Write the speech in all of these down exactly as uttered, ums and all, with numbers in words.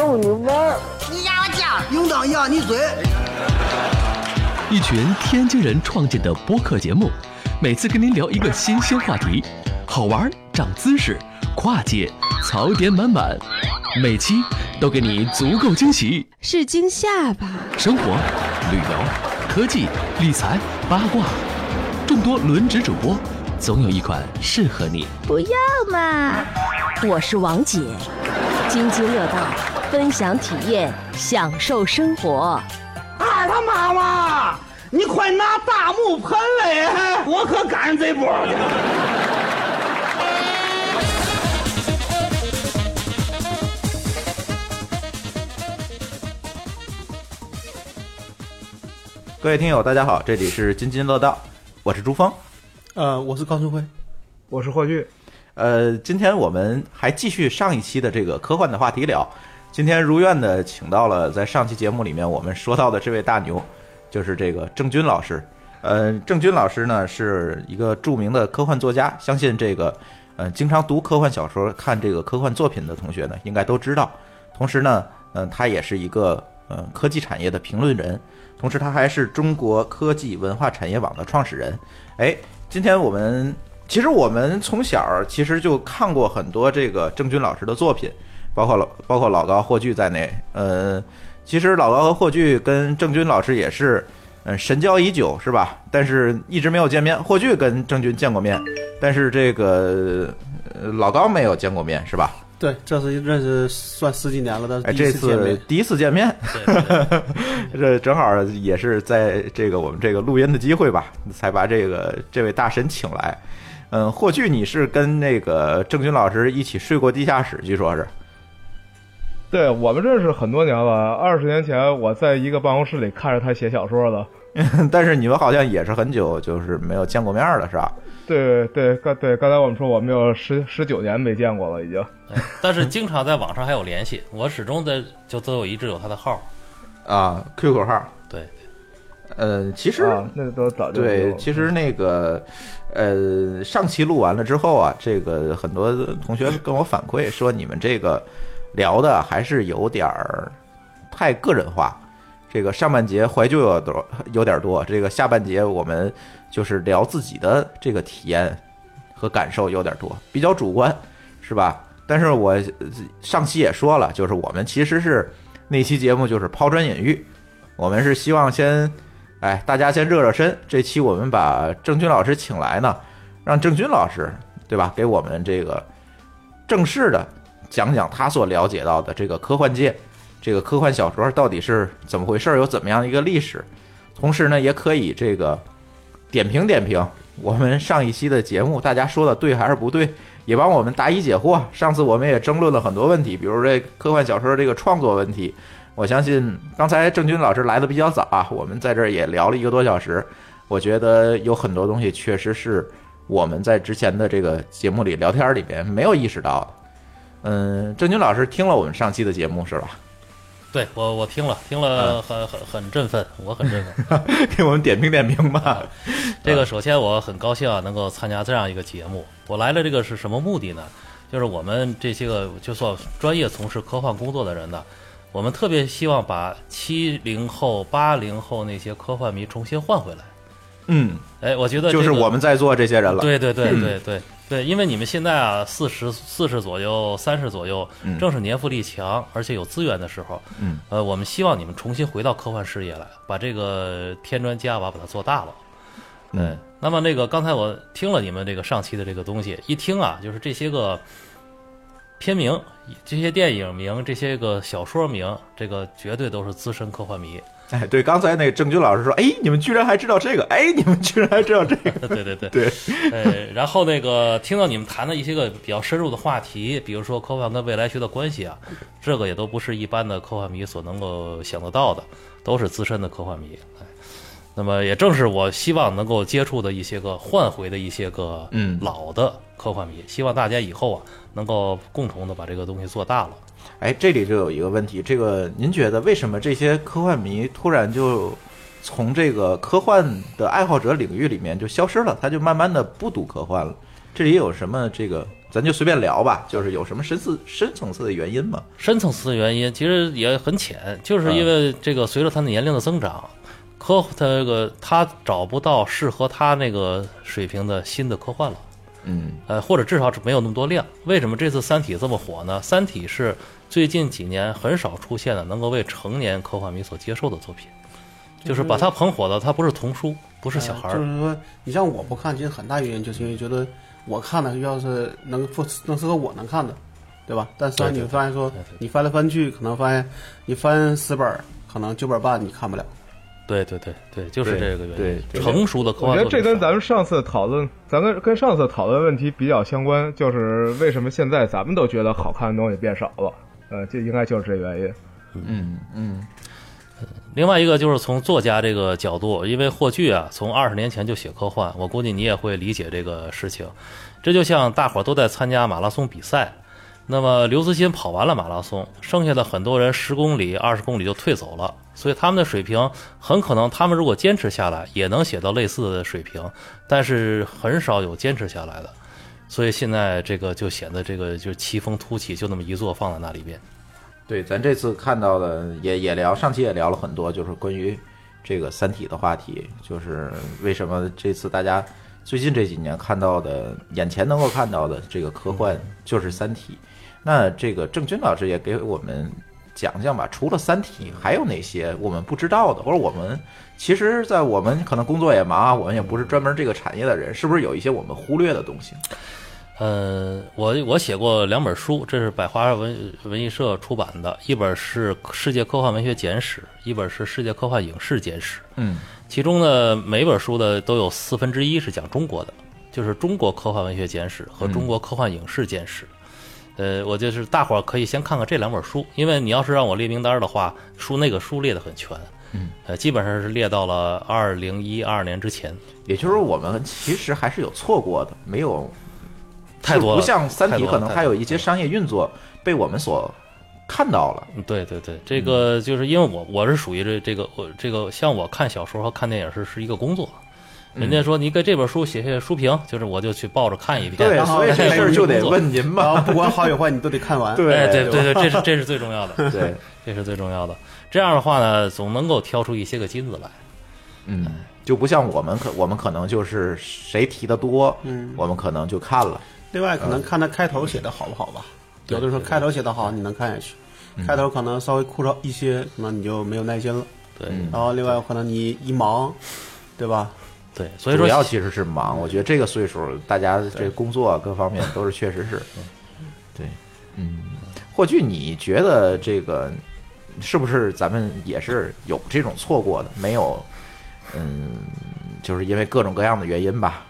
逗你玩儿。 你压我脚， 应当压你嘴。 一群天津人创建的播客节目，每次跟您聊一个新鲜话题，好玩、长姿势、跨界、槽点满满，每期都给你足够惊喜。 是惊吓吧？ 生活、旅游、科技、理财、八卦，众多轮值主播，总有一款适合你。 不要嘛！我是王姐，津津乐道，分享体验，享受生活。 二他妈妈，你快拿大木盆来，我可赶上这波去。 各位听友大家好，这里是津津乐道，我是朱峰。 呃，我是高春辉， 我是霍炬。 呃，今天我们还继续上一期的这个科幻的话题聊。今天如愿的请到了在上期节目里面我们说到的这位大牛，就是这个郑钧老师。呃，郑钧老师呢是一个著名的科幻作家，相信这个呃经常读科幻小说、看这个科幻作品的同学呢应该都知道。同时呢，嗯、呃，他也是一个呃科技产业的评论人。同时，他还是中国科技文化产业网的创始人。哎，今天我们其实我们从小其实就看过很多这个郑钧老师的作品，包括老包括老高、霍炬在内。呃，其实老高和霍炬跟郑钧老师也是嗯神交已久，是吧？但是一直没有见面。霍炬跟郑钧见过面，但是这个、呃、老高没有见过面，是吧？ 对，这是认识算十几年了，但是哎，这次第一次见面，这正好也是在这个我们这个录音的机会吧，才把这个这位大神请来。嗯，霍炬，你是跟那个郑钧老师一起睡过地下室，据说是？ 对，我们认识很多年了，二十年前我在一个办公室里看着他写小说的。 但是你们好像也是很久，就是没有见过面了，是吧？ 对对，刚对刚才我们说我们有十十九年没见过了，已经。 但是经常在网上还有联系，我始终的就都有一直有他的号啊 ，Q Q 号。 对， 呃，其实、 啊、那都早就对，其实那个呃，上期录完了之后啊，这个很多同学跟我反馈说，你们这个聊的还是有点儿太个人化。这个上半节怀旧有多有点多，这个下半节我们就是聊自己的这个体验和感受有点多，比较主观，是吧？但是我上期也说了，就是我们其实是那期节目就是抛砖引玉，我们是希望先，哎，大家先热热身。这期我们把郑钧老师请来呢，让郑钧老师，对吧，给我们这个正式的讲讲他所了解到的这个科幻界。这个科幻小说到底是怎么回事，有怎么样的一个历史，同时呢也可以这个点评点评我们上一期的节目大家说的对还是不对，也帮我们答疑解惑。上次我们也争论了很多问题，比如这科幻小说这个创作问题，我相信刚才郑钧老师来的比较早啊，我们在这儿也聊了一个多小时，我觉得有很多东西确实是我们在之前的这个节目里聊天里边没有意识到的。嗯，郑钧老师听了我们上期的节目是吧？ 对，我我听了听了很很很振奋，我很振奋， 给我们点评点评吧。 这个首先我很高兴啊，能够参加这样一个节目。我来了这个是什么目的呢？就是我们这些个就说专业从事科幻工作的人呢，我们特别希望把七零后、八零后那些科幻迷重新换回来。 嗯， 哎，我觉得、这个、 就是我们在做这些人了。 对对对对对。对，因为你们现在啊，四十四十左右、三十左右，正是年富力强，而且有资源的时候。嗯，呃，我们希望你们重新回到科幻事业来，把这个添砖加瓦把它做大了。嗯，那么那个刚才我听了你们这个上期的这个东西，一听啊，就是这些个片名、这些电影名、这些个小说名，这个绝对都是资深科幻迷。 哎，对，刚才那个郑钧老师说，哎，你们居然还知道这个，哎，你们居然还知道这个， 对对对对， 呃，然后那个听到你们谈的一些个比较深入的话题，比如说科幻跟未来学的关系啊，这个也都不是一般的科幻迷所能够想得到的，都是资深的科幻迷。哎，那么也正是我希望能够接触的一些个换回的一些个嗯老的科幻迷，嗯、希望大家以后啊能够共同的把这个东西做大了。 哎，这里就有一个问题，这个您觉得为什么这些科幻迷突然就从这个科幻的爱好者领域里面就消失了，他就慢慢的不读科幻了？这里有什么这个咱就随便聊吧，就是有什么深次深层次的原因吗？ 深层次的原因其实也很浅，就是因为这个随着他的年龄的增长，科他这个他找不到适合他那个水平的新的科幻了。 嗯， 呃，或者至少是没有那么多量。为什么这次《三体》这么火呢？《三体》是最近几年很少出现的能够为成年科幻迷所接受的作品，就是把它捧火的，它不是童书，不是小孩儿、 呃。就是说，你像我不看，其实很大原因就是因为觉得我看的要是能能适合我能看的，对吧？但是你会发现说，你翻来翻去，可能发现你翻十本，可能九本半你看不了。 对对对对，就是这个原因。 对， 对成熟的科幻。 我觉得这跟咱们上次讨论，咱跟跟上次讨论问题比较相关，就是为什么现在咱们都觉得好看的东西变少了？呃，这应该就是这原因。 嗯嗯。 另外一个就是从作家这个角度，因为霍炬啊，从二十年前就写科幻，我估计你也会理解这个事情。这就像大伙儿都在参加马拉松比赛，那么刘慈欣跑完了马拉松，剩下的很多人十公里、二十公里就退走了。所以他们的水平很可能，他们如果坚持下来，也能写到类似的水平，但是很少有坚持下来的。所以现在这个就显得这个就是奇峰突起，就那么一座放在那里边。 对，咱这次看到的也也聊，上期也聊了很多，就是关于这个《三体》的话题，就是为什么这次大家最近这几年看到的、眼前能够看到的这个科幻就是《三体》。那这个郑钧老师也给我们讲讲吧，除了《三体》，还有哪些我们不知道的，或者我们其实，在我们可能工作也忙，我们也不是专门这个产业的人，是不是有一些我们忽略的东西？ 呃，我我写过两本书，这是百花文文艺社出版的，一本是《世界科幻文学简史》，一本是《世界科幻影视简史》。 嗯， 其中呢，每本书的都有四分之一是讲中国的，就是中国科幻文学简史和中国科幻影视简史。嗯、呃，我就是大伙儿可以先看看这两本书，因为你要是让我列名单的话，书那个书列得很全。 嗯， 呃，基本上是列到了二零一二年之前。 也就是我们其实还是有错过的，没有。 太多了， 不像《三体》，可能还有一些商业运作被我们所看到了。 对对对，这个就是因为我我是属于这这个我这个像我看小说和看电影是是一个工作。人家说你给这本书写写书评，就是我就去抱着看一遍。 对，所以这事儿就得问您吧， 不管好与坏，你都得看完。 对对对对，这是这是最重要的。 对， 这是最重要的。这样的话呢，总能够挑出一些个金子来。 嗯。就不像我们可我们可能就是谁提的多，嗯，我们可能就看了。 另外，可能看他开头写的好不好吧。有的时候开头写的好，你能看下去；开头可能稍微枯燥一些，可能你就没有耐心了。 对。 然后另外可能你一忙，对吧？ 对，所以说主要其实是忙。我觉得这个岁数，大家这工作各方面都是确实是。对，嗯，霍炬，你觉得这个是不是咱们也是有这种错过的？没有，嗯，就是因为各种各样的原因吧。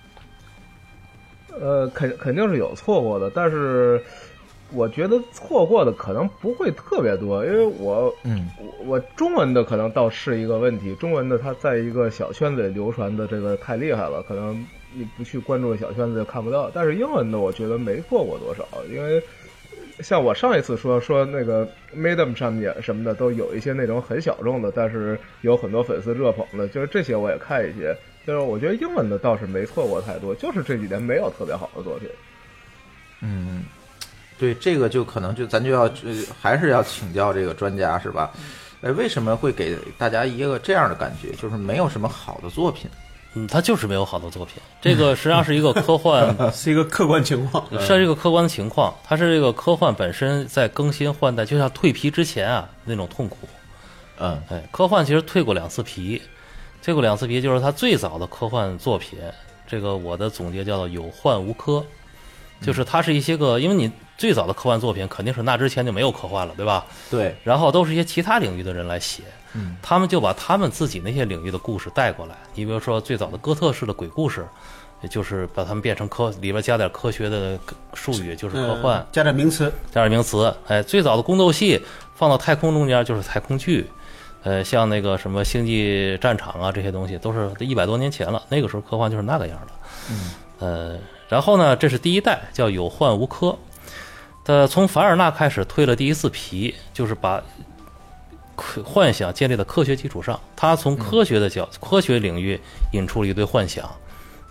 呃，肯肯定是有错过的，但是我觉得错过的可能不会特别多，因为我， 嗯， 我我中文的可能倒是一个问题，中文的它在一个小圈子里流传的这个太厉害了，可能你不去关注小圈子就看不到。但是英文的我觉得没错过多少，因为像我上一次说说那个 Medium 上面什么的都有一些那种很小众的，但是有很多粉丝热捧的，就是这些我也看一些。就是我觉得英文的倒是没错过太多，就是这几年没有特别好的作品。 嗯，对，这个就可能就咱就要、呃、还是要请教这个专家是吧？呃，为什么会给大家一个这样的感觉，就是没有什么好的作品？ 嗯，它就是没有好的作品。这个实际上是一个科幻， 是一个客观情况， 是一个客观的情况。它是这个科幻本身在更新换代，就像蜕皮之前啊那种痛苦。 嗯， 哎，科幻其实蜕过两次皮。蜕过两次皮，就是他最早的科幻作品。这个我的总结叫做有幻无科，就是它是一些个，因为你最早的科幻作品肯定是那之前就没有科幻了，对吧？ 对。 然后都是一些其他领域的人来写， 嗯， 他们就把他们自己那些领域的故事带过来。你比如说最早的哥特式的鬼故事，也就是把他们变成科，里边加点科学的术语，就是科幻， 嗯、加点名词， 加点名词。哎，最早的宫斗戏放到太空中间就是太空剧。呃，像那个什么星际战场啊，这些东西都是一百多年前了。那个时候科幻就是那个样的。 嗯。 呃，然后呢，这是第一代，叫有幻无科。呃，从凡尔纳开始推了第一次皮，就是把幻想建立在科学基础上。他从科学的角、嗯、科学领域引出了一堆幻想。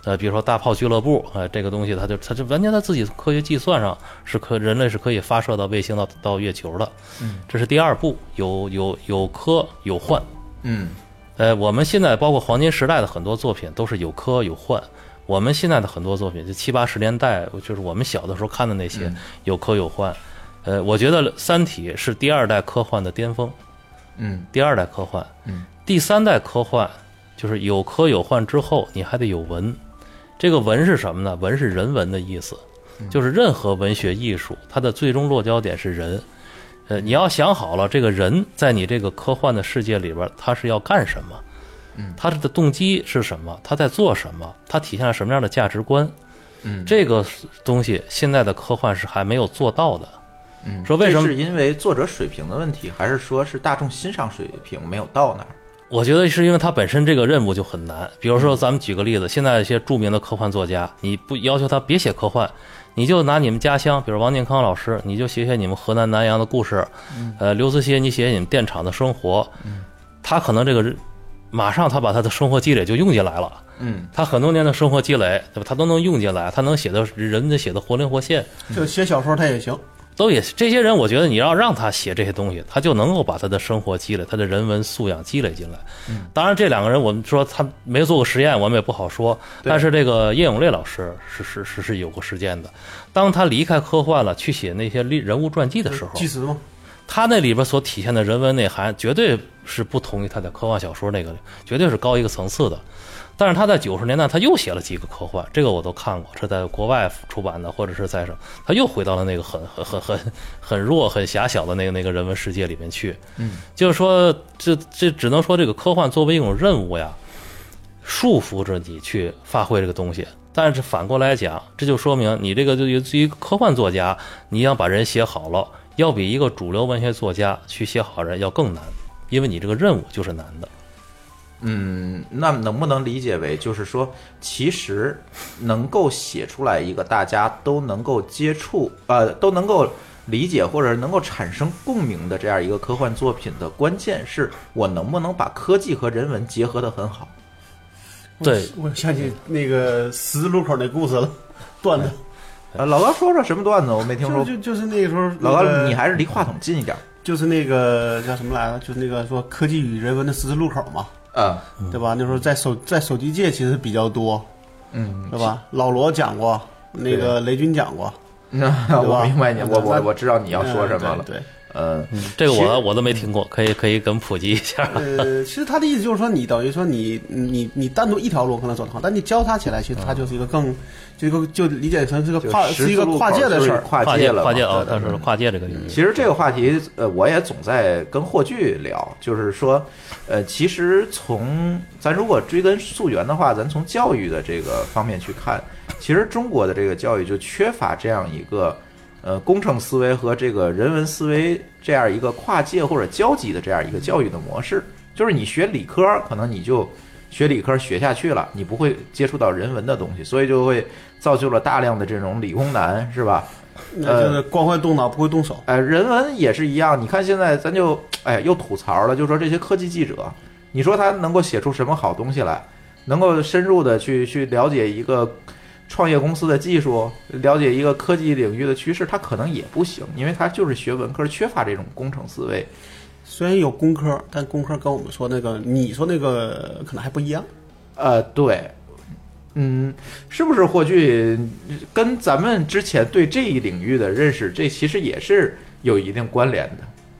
呃，比如说大炮俱乐部，呃，这个东西它就它就完全它自己科学计算上是可人类是可以发射到卫星到到月球的。嗯，这是第二步，有有有科有幻。 嗯， 呃，我们现在包括黄金时代的很多作品都是有科有幻。我们现在的很多作品，就七八十年代，就是我们小的时候看的那些，有科有幻。呃，我觉得《三体》是第二代科幻的巅峰。 嗯， 第二代科幻。 嗯， 第三代科幻就是有科有幻之后，你还得有文。这个文是什么呢？文是人文的意思，就是任何文学艺术，它的最终落脚点是人。呃，你要想好了，这个人在你这个科幻的世界里边，他是要干什么？嗯，他的动机是什么？他在做什么？他体现了什么样的价值观？ 嗯， 这个东西现在的科幻是还没有做到的。嗯，说为什么？ 是因为作者水平的问题，还是说是大众欣赏水平没有到那儿？ 我觉得是因为它本身这个任务就很难。比如说，咱们举个例子，现在一些著名的科幻作家，你不要求他别写科幻，你就拿你们家乡，比如王靖康老师，你就写写你们河南南阳的故事。呃，刘慈欣，你写写你们电厂的生活。他可能这个马上他把他的生活积累就用进来了。 嗯， 他很多年的生活积累，对吧？他都能用进来，他能写的人家写的活灵活现。 就写小说他也行。 都也这些人，我觉得你要让他写这些东西，他就能够把他的生活积累、他的人文素养积累进来。嗯，当然这两个人，我们说他没做过实验，我们也不好说。但是这个叶永烈老师是是是是有过实践的。当他离开科幻了，去写那些人物传记的时候， 纪实吗？ 他那里边所体现的人文内涵，绝对是不同于他在科幻小说那个，绝对是高一个层次的。但是他在九十年代他又写了几个科幻，这个我都看过，是在国外出版的，或者是在什么，他又回到了那个很很很很很弱、很狭小的那个那个人文世界里面去。嗯，就是说，这这只能说这个科幻作为一种任务呀，束缚着你去发挥这个东西。但是反过来讲，这就说明你这个对于一个科幻作家，你想把人写好了，要比一个主流文学作家去写好人要更难，因为你这个任务就是难的。 嗯，那能不能理解为，就是说，其实能够写出来一个大家都能够接触，呃，都能够理解或者能够产生共鸣的这样一个科幻作品的关键是我能不能把科技和人文结合得很好？ 对， 我想起那个十字路口那故事了，段子。 呃，老高说说什么段子？我没听说。 就就就是那个时候， 老高，你还是离话筒近一点。 就是那个叫什么来着？就是那个说科技与人文的十字路口嘛。 啊， 对吧？那时候在手在手机界其实比较多， 嗯， 对吧？老罗讲过，那个雷军讲过， 那我明白你，我我我知道你要说什么了， 对。 呃， 这个我我都没听过，可以可以跟普及一下。 呃，其实他的意思就是说，你等于说你你你单独一条路可能走得好，但你交叉起来，其实它就是一个更就一个就理解成是个跨是一个跨界的事儿， 跨界了， 跨界啊，但是跨界这个领域。 其实这个话题，呃，我也总在跟霍炬聊，就是说，呃，其实从咱如果追根溯源的话，咱从教育的这个方面去看，其实中国的这个教育就缺乏这样一个。呃，工程思维和这个人文思维这样一个跨界或者交集的这样一个教育的模式，就是你学理科，可能你就学理科学下去了，你不会接触到人文的东西，所以就会造就了大量的这种理工男，是吧？ 那就是光会动脑不会动手。 呃，人文也是一样，你看现在咱就哎呀又吐槽了，就说这些科技记者，你说他能够写出什么好东西来，能够深入的去去了解一个。创业公司的技术，了解一个科技领域的趋势，他可能也不行，因为他就是学文科，缺乏这种工程思维。 虽然有工科，但工科跟我们说那个，你说那个可能还不一样。 呃，对，嗯，是不是霍炬跟咱们之前对这一领域的认识，这其实也是有一定关联的。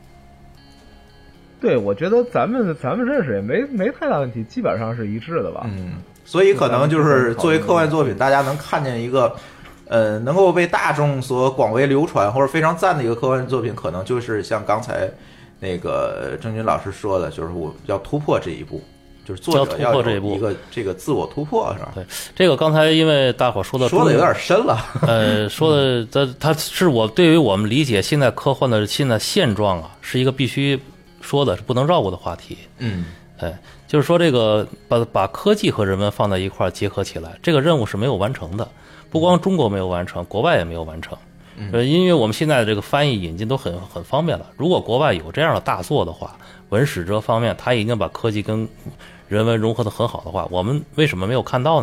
对，我觉得咱们咱们认识也没没太大问题，基本上是一致的吧。 嗯。所以可能就是作为科幻作品，大家能看见一个，呃，能够被大众所广为流传或者非常赞的一个科幻作品，可能就是像刚才那个郑钧老师说的，就是我要突破这一步，就是作者要有一个这个自我突破，是吧？ 对，这个刚才因为大伙说的说的有点深了， 呃，说的它它是我对于我们理解现在科幻的现在现状啊，是一个必须说的，是不能绕过的话题。 嗯， 哎。就是说，这个把把科技和人文放在一块儿结合起来，这个任务是没有完成的。不光中国没有完成，国外也没有完成。呃，因为我们现在的这个翻译引进都很很方便了。如果国外有这样的大作的话，文史哲方面他已经把科技跟人文融合的很好的话，我们为什么没有看到呢？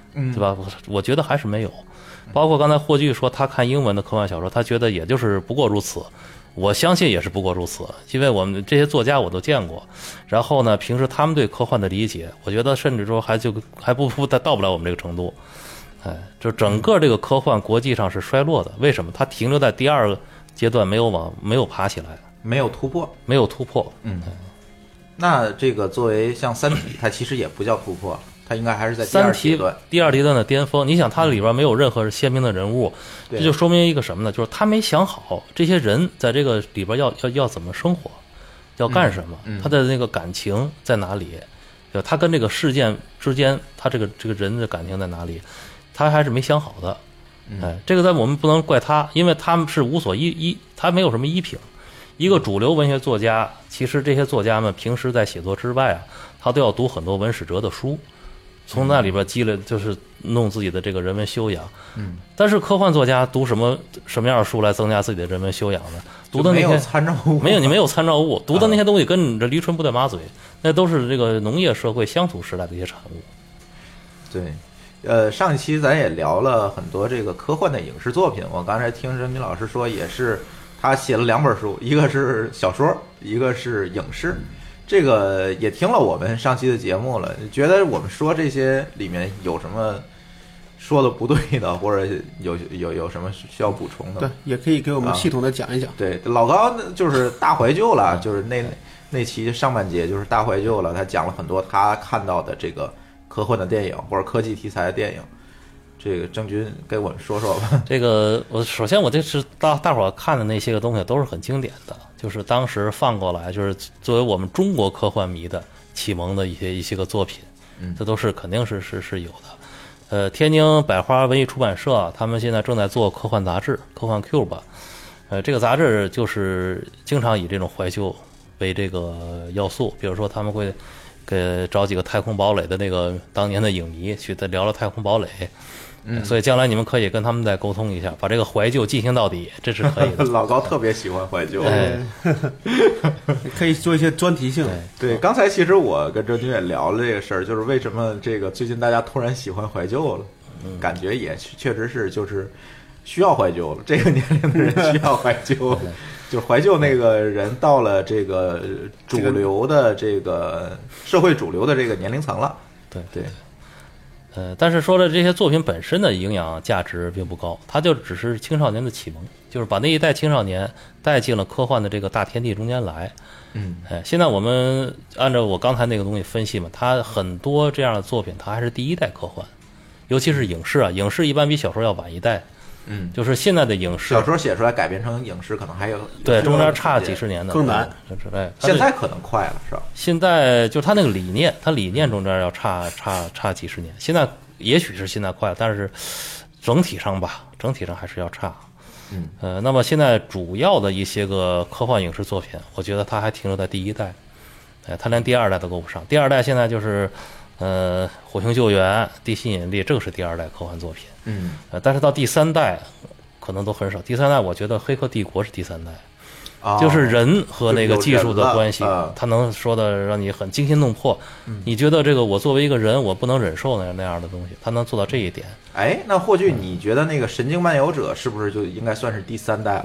对吧？我我觉得还是没有。包括刚才霍炬说他看英文的科幻小说，他觉得也就是不过如此。我相信也是不过如此，因为我们这些作家我都见过，然后呢，平时他们对科幻的理解，我觉得甚至说还就还不不到不了我们这个程度。哎，就整个这个科幻国际上是衰落的，为什么？它停留在第二个阶段，没有往没有爬起来， 没有突破， 没有突破。 嗯，那这个作为像《三体》，它其实也不叫突破。它应该还是在第二阶段， 第二阶段的巅峰。你想，它里边没有任何鲜明的人物，这就说明一个什么呢？就是他没想好这些人在这个里边要要要怎么生活，要干什么， 嗯嗯、 他的那个感情在哪里？就他跟这个事件之间，他这个这个人的感情在哪里？他还是没想好的。哎，这个在我们不能怪他，因为他们是无所依依，他没有什么依凭。一个主流文学作家，其实这些作家们平时在写作之外啊，他都要读很多文史哲的书。从那里边积累，就是弄自己的这个人文修养。嗯，但是科幻作家读什么什么样的书来增加自己的人文修养呢？读的那些没有参照物， 没有你没有参照物，读的那些东西跟你这驴唇不对马嘴，那都是这个农业社会乡土时代的一些产物。 对，呃，上一期咱也聊了很多这个科幻的影视作品。我刚才听任明老师说，也是他写了两本书，一个是小说，一个是影视。这个也听了我们上期的节目了，觉得我们说这些里面有什么说的不对的，或者有有有什么需要补充的？ 对，也可以给我们系统的讲一讲。 啊、对，老高就是大怀旧了，就是那那期上半节就是大怀旧了，他讲了很多他看到的这个科幻的电影或者科技题材的电影。这个郑钧给我们说说吧。 这个我首先我这是大大伙儿看的那些个东西都是很经典的，就是当时放过来，就是作为我们中国科幻迷的启蒙的一些一些个作品，嗯，这都是肯定是是是有的。呃，天津百花文艺出版社他们现在正在做科幻杂志，科幻 Q 吧，呃，这个杂志就是经常以这种怀旧为这个要素，比如说他们会给找几个太空堡垒的那个当年的影迷去再聊聊太空堡垒。嗯，所以将来你们可以跟他们再沟通一下，把这个怀旧进行到底，这是可以的。 老高特别喜欢怀旧， 哎， 可以做一些专题性。 对，刚才其实我跟郑钧也聊了这个事儿，就是为什么这个最近大家突然喜欢怀旧了，嗯、感觉也确实是就是需要怀旧了，这个年龄的人需要怀旧了。就是怀旧那个人到了这个主流的这个社会主流的这个年龄层了。 对对。 呃，但是说的这些作品本身的营养价值并不高，它就只是青少年的启蒙，就是把那一代青少年带进了科幻的这个大天地中间来。 嗯， 哎，现在我们按照我刚才那个东西分析嘛，它很多这样的作品，它还是第一代科幻，尤其是影视啊，影视一般比小说要晚一代。 嗯， 就是现在的影视， 小说写出来改编成影视可能还有对中间差几十年的更难。 哎， 现在可能快了是吧？ 现在就是他那个理念，他理念中间要差差差几十年。现在也许是现在快了，但是整体上吧，整体上还是要差。 嗯， 呃，那么现在主要的一些个科幻影视作品，我觉得它还停留在第一代，哎，它连第二代都够不上。第二代现在就是呃，火星救援、地心引力，这个是第二代科幻作品。 嗯， 呃，但是到第三代可能都很少。第三代我觉得《黑客帝国》是第三代， 哦、 就是人和那个技术的关系， 呃、 他能说的让你很惊心动魄。嗯、你觉得这个我作为一个人，我不能忍受那样那样的东西，他能做到这一点。 哎，那霍炬，你觉得那个《神经漫游者》是不是就应该算是第三代了？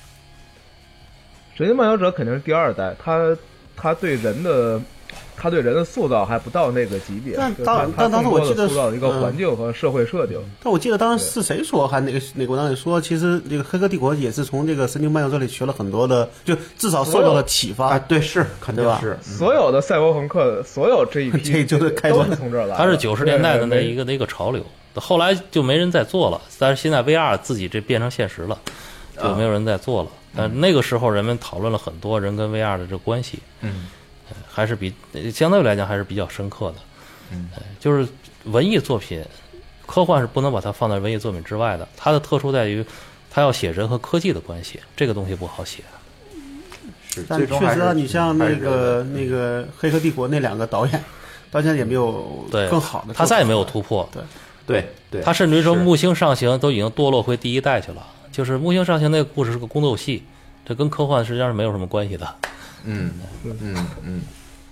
《神经漫游者》肯定是第二代，他他对人的。他对人的塑造还不到那个级别， 但当但当时我记得塑造一个环境和社会设定。嗯、 但我记得当时是谁说，还哪个哪个文章里说，其实这个《黑客帝国》也是从这个《神经漫游者》里学了很多的，就至少受到了启发。 啊，对，是肯定是、 嗯、所有的赛博朋克，所有这一批， 这就是开端从这儿来。 他是九十年代的那一个那一个潮流，后来就没人再做了。但是现在 V R 自己这变成现实了，就没有人再做了。嗯、但那个时候人们讨论了很多人跟 V R 的这关系。 嗯。 还是比相对来讲还是比较深刻的， 嗯， 就是文艺作品，科幻是不能把它放在文艺作品之外的。它的特殊在于，它要写人和科技的关系，这个东西不好写。 是， 但确实啊，你像那个那个《黑客帝国》那两个导演，到现在也没有更好的， 他再也没有突破。 对对对， 他甚至于说《木星上行》都已经堕落回第一代去了。就是《木星上行》那个故事是个宫斗戏，这跟科幻实际上是没有什么关系的。 嗯嗯嗯，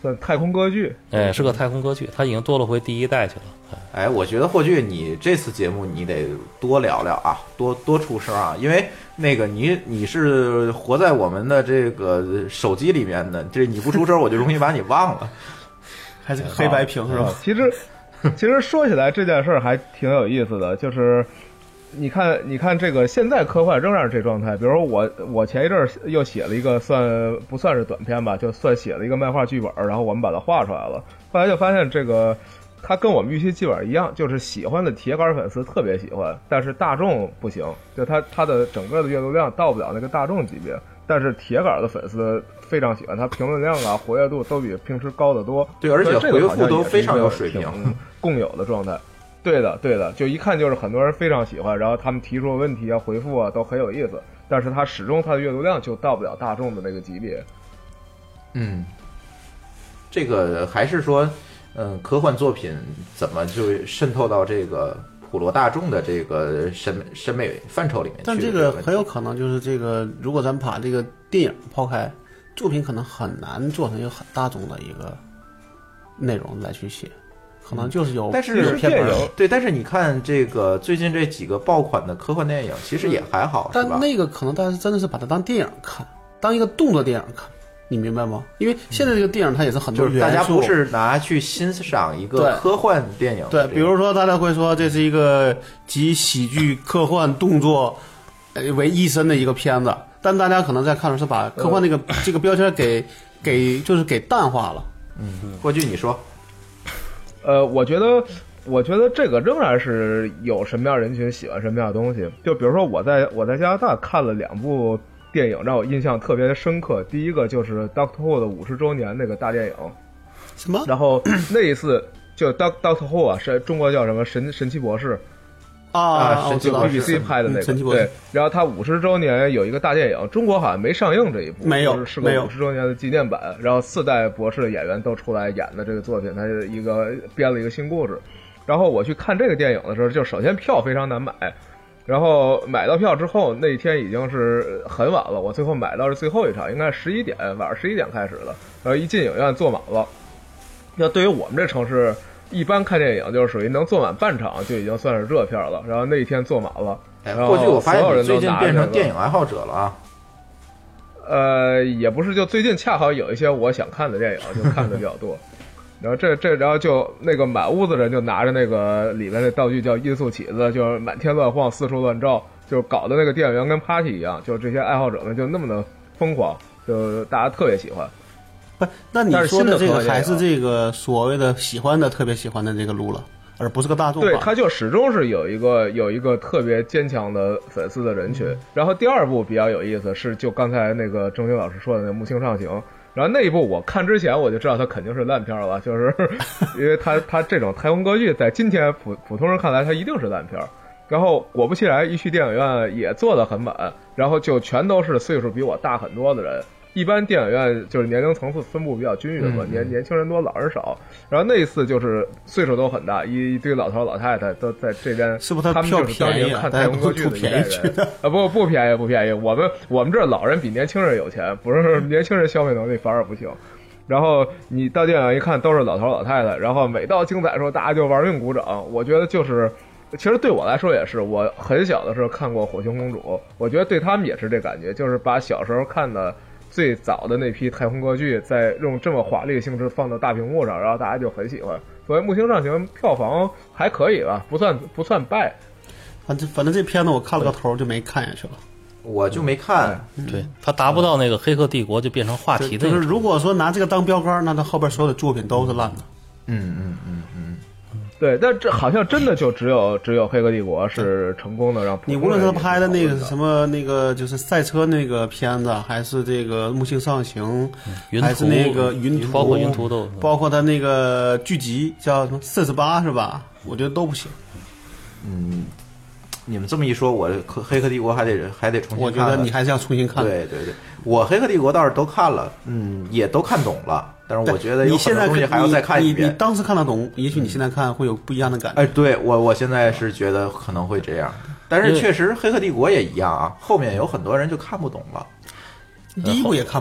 算太空歌剧， 哎，是个太空歌剧，它已经多了回第一代去了。 哎，我觉得霍炬，你这次节目你得多聊聊啊，多多出声啊，因为那个你你是活在我们的这个手机里面的，这你不出声，我就容易把你忘了。 还是个黑白屏是吧？ 其实，其实说起来这件事儿还挺有意思的，就是你看，你看这个现在科幻仍然是这状态。比如我，我前一阵儿又写了一个算不算是短篇吧，就算写了一个漫画剧本，然后我们把它画出来了。后来就发现这个它跟我们预期基本上一样，就是喜欢的铁杆粉丝特别喜欢，但是大众不行，就它它的整个的阅读量到不了那个大众级别。但是铁杆的粉丝非常喜欢他，评论量啊、活跃度都比平时高得多。 对，而且回复都非常有水平， 共有的状态。对的，对的，就一看就是很多人非常喜欢，然后他们提出的问题啊、回复啊都很有意思，但是他始终他的阅读量就到不了大众的那个级别。 嗯，这个还是说，嗯，科幻作品怎么就渗透到这个普罗大众的这个审美审美范畴里面去？ 但这个很有可能就是这个，如果咱们把这个电影抛开，作品可能很难做成一个很大众的一个内容来去写，可能就是有， 但是有偏门。 对，但是你看这个最近这几个爆款的科幻电影，其实也还好， 但那个可能大家真的是把它当电影看，当一个动作电影看。你明白吗？因为现在这个电影它也是很多元素， 就是大家不是拿去欣赏一个科幻电影。 对，比如说大家会说这是一个集喜剧、科幻、动作为一身的一个片子，但大家可能在看的是把科幻那个、呃、这个标签给给就是给淡化了。 嗯，霍炬你说， 呃，我觉得。我觉得这个仍然是有什么样人群喜欢什么样的东西。就比如说我在我在加拿大看了两部电影让我印象特别深刻，第一个就是《Doctor Who》的五十周年那个大电影， 什么？ 然后那一次就 Doctor Who 啊，是中国叫什么神神奇博士啊， 神奇博士 B B C 拍的那个， 神奇博士。 对，然后他五十周年有一个大电影，中国好像没上映这一部， 没有， 就是是个五十周年的纪念版。然后四代博士的演员都出来演的这个作品，他是一个编了一个新故事。然后我去看这个电影的时候，就首先票非常难买。然后买到票之后，那一天已经是很晚了。我最后买到是最后一场，应该是十一点，晚上十一点开始的。然后一进影院坐满了。那对于我们这城市，一般看电影就是属于能坐满半场就已经算是热片了。然后那一天坐满了。 哎，过去我发现你最近变成电影爱好者了啊。 呃，也不是，就最近恰好有一些我想看的电影，就看的比较多。然后这这，然后就那个满屋子人就拿着那个里面的道具叫音速起子，就是满天乱晃，四处乱照，就搞得那个电影院跟 party 一样，就这些爱好者们就那么的疯狂，就大家特别喜欢。 不，那你说的这个还是这个所谓的喜欢的特别喜欢的这个路了，而不是个大众化。 对，他就始终是有一个有一个特别坚强的粉丝的人群。嗯、然后第二部比较有意思是，就刚才那个郑鑫老师说的那个《木星上行》。然后那一部我看之前我就知道它肯定是烂片了，就是因为它它这种太空歌剧在今天普普通人看来它一定是烂片。然后果不其然，一去电影院也坐得很满，然后就全都是岁数比我大很多的人。一般电影院就是年龄层次分布比较均匀嘛，年年轻人多，老人少。然后那一次就是岁数都很大，一堆老头老太太都在这边， 是不是他们就是当年看太空歌剧的一代人啊？不不便宜不便宜，我们我们这老人比年轻人有钱，不是年轻人消费能力反而不行。然后你到电影院一看都是老头老太太，然后每到精彩的时候大家就玩命鼓掌。我觉得就是。其实对我来说也是，我很小的时候看过《火星公主》，我觉得对他们也是这感觉，就是把小时候看的最早的那批太空歌剧，再用这么华丽的形式放到大屏幕上，然后大家就很喜欢。所以《木星上行》票房还可以吧，不算不算败。 反正反正这片子我看了个头就没看下去了， 我就没看。 嗯、对，他达不到那个《黑客帝国》就变成话题的。 就是如果说拿这个当标杆，那他后边所有的作品都是烂的。 嗯嗯嗯嗯。 对，但这好像真的就只有只有《黑客帝国》是成功的让你无论是拍的那个什么那个就是赛车那个片子，还是这个《木星上行》， 嗯、 还是那个云图， 包括云图都， 包括他那个剧集叫什么四十八是吧？我觉得都不行。 嗯，你们这么一说，我《黑客帝国》还得还得重新看。 我觉得你还是要重新看。 对对对，我《黑客帝国》倒是都看了，嗯，也都看懂了。但是我觉得有很多东西还要再看一遍。 你, 你, 你当时看得懂，也许你现在看会有不一样的感觉。 哎，对我我现在是觉得可能会这样，但是确实《黑客帝国》也一样啊，后面有很多人就看不懂了。 第一部也看不懂。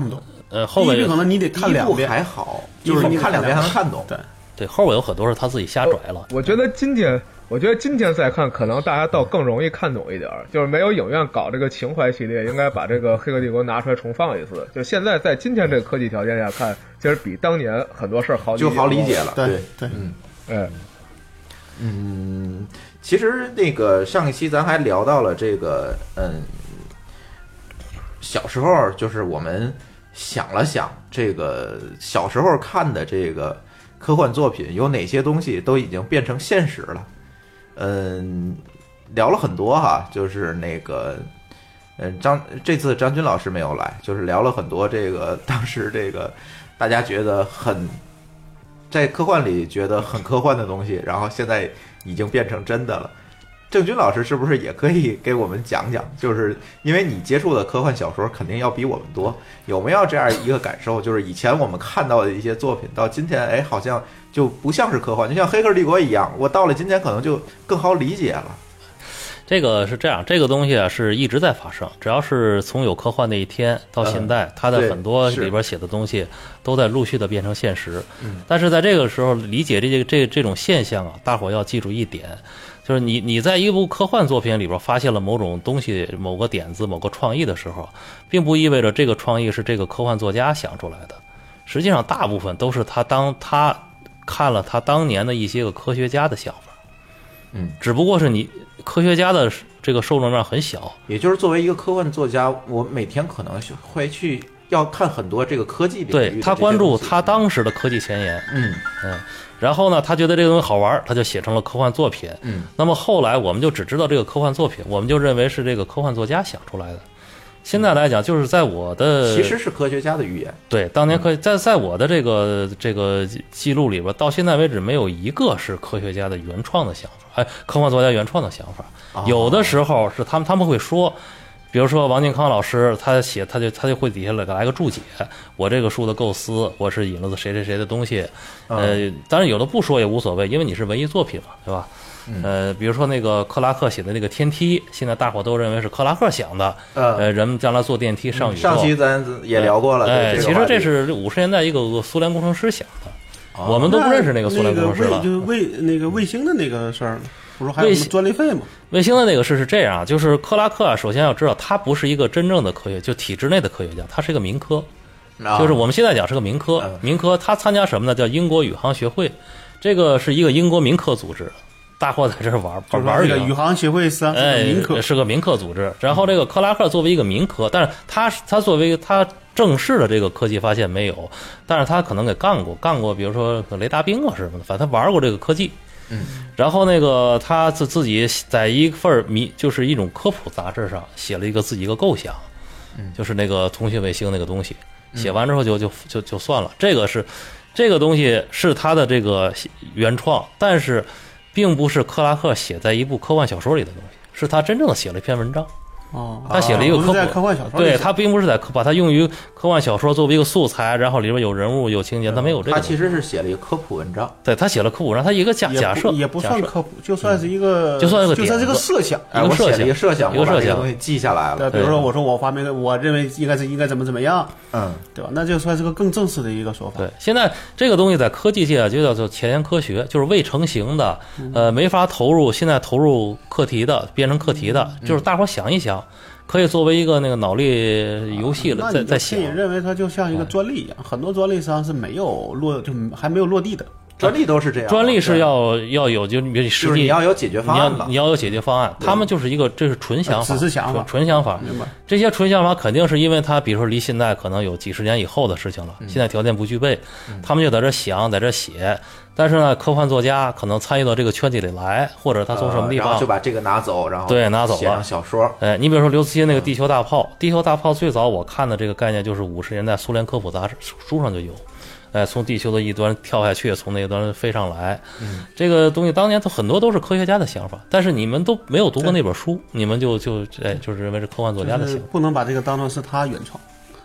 呃后边可能你得看两遍还好，就是你看两遍还能看懂。 对对，后边有很多是他自己瞎拽了。 我觉得今天。我觉得今天再看，可能大家倒更容易看懂一点，就是没有影院搞这个情怀系列，应该把这个《黑客帝国》拿出来重放一次。就现在在今天这个科技条件下看，其实比当年很多事儿好就好理解了。 对对， 嗯，哎， 嗯，其实那个上一期咱还聊到了这个，嗯，小时候就是我们想了想，这个小时候看的这个科幻作品有哪些东西都已经变成现实了。嗯，聊了很多哈，就是那个，嗯，张这次张军老师没有来，就是聊了很多这个当时这个大家觉得很在科幻里觉得很科幻的东西，然后现在已经变成真的了。郑钧老师是不是也可以给我们讲讲？就是因为你接触的科幻小说肯定要比我们多，有没有这样一个感受？就是以前我们看到的一些作品，到今天，哎，好像就不像是科幻，就像《黑客帝国》一样，我到了今天可能就更好理解了。 这个是这样，这个东西啊是一直在发生，只要是从有科幻那一天到现在，嗯、它的很多里边写的东西都在陆续的变成现实。嗯，但是在这个时候理解这个这这种现象啊，大伙要记住一点。就是你你在一部科幻作品里边发现了某种东西、某个点子、某个创意的时候，并不意味着这个创意是这个科幻作家想出来的。实际上，大部分都是他当他看了他当年的一些个科学家的想法， 嗯，只不过是你科学家的这个受众面很小。 也就是作为一个科幻作家，我每天可能会去要看很多这个科技领域的这些东西， 对，他关注他当时的科技前沿， 嗯嗯。然后呢，他觉得这个东西好玩，他就写成了科幻作品。 嗯， 那么后来我们就只知道这个科幻作品，我们就认为是这个科幻作家想出来的。现在来讲，就是在我的其实是科学家的预言。 对，当年科在在我的这个这个记录里边，到现在为止没有一个是科学家的原创的想法，哎，科幻作家原创的想法。 哦、 有的时候是他们他们会说。比如说王靖康老师，他写他就他就会底下来来个注解，我这个书的构思，我是引了谁谁谁的东西，呃，当然有的不说也无所谓，因为你是文艺作品嘛，对吧？呃，比如说那个克拉克写的那个天梯，现在大伙都认为是克拉克想的，呃，人们将来坐电梯上宇宙。 上期咱也聊过了， 哎，其实这是五十年代一个苏联工程师想的，我们都不认识那个苏联工程师了。 就是卫那个卫星的那个事儿。不是还有什么专利费吗？ 卫星的那个事是这样，就是克拉克啊，首先要知道他不是一个真正的科学，就体制内的科学家，他是一个民科， 啊、 就是我们现在讲是个民科。嗯、民科他参加什么呢？叫英国宇航学会，这个是一个英国民科组织，大伙在这玩玩玩。 这个宇航协会是啊， 哎， 民科是个民科组织。然后这个克拉克作为一个民科，但是他他作为他正式的这个科技发现没有，但是他可能给干过干过，比如说雷达兵啊什么的，反正他玩过这个科技。 嗯， 然后那个他自自己在一份迷，就是一种科普杂志上写了一个自己一个构想， 嗯， 就是那个通讯卫星那个东西，写完之后就就就就算了。这个是这个东西是他的这个原创，但是并不是克拉克写在一部科幻小说里的东西，是他真正的写了一篇文章。 哦， 他写了一个科普，科幻小说， 对他并不是在把它用于科幻小说作为一个素材，然后里边有人物有情节，他没有这个。 他其实是写了一个科普文章， 对他写了科普文章，他一个假假设也不算科普，就算是一个， 就算是个就算是个设想， 一个设想， 一个设想， 一个设想东西记下来了。 对，比如说我说我发明的，我认为应该是应该怎么怎么样， 嗯， 对吧？那就算是个更正式的一个说法。 对，现在这个东西在科技界就叫做前沿科学，就是未成型的，呃，没法投入，现在投入课题的，变成课题的，就是大伙想一想。可以作为一个那个脑力游戏了，在在写。 你认为它就像一个专利一样，很多专利实际上是没有落，就还没有落地的。 专利都是这样， 专利是要要有，就比如实际、 就是、你要有解决方案， 你要你要有解决方案。他们就是一个，这是纯想法， 只是想法， 纯想法。这些纯想法肯定是因为他，比如说离现在可能有几十年以后的事情了， 嗯、 现在条件不具备，嗯、他们就在这想，在这写。但是呢，科幻作家可能参与到这个圈子里来，或者他从什么地方、 呃、然后就把这个拿走，然后对拿走了写上小说。 哎，你比如说刘慈欣那个《地球大炮》，《地球大炮》最早我看的这个概念就是五十年代苏联科普杂志书上就有。哎，从地球的一端跳下去，从那一端飞上来， 嗯， 这个东西当年都很多都是科学家的想法，但是你们都没有读过那本书，你们就就哎就是认为是科幻作家的想法， 不能把这个当成是他原创。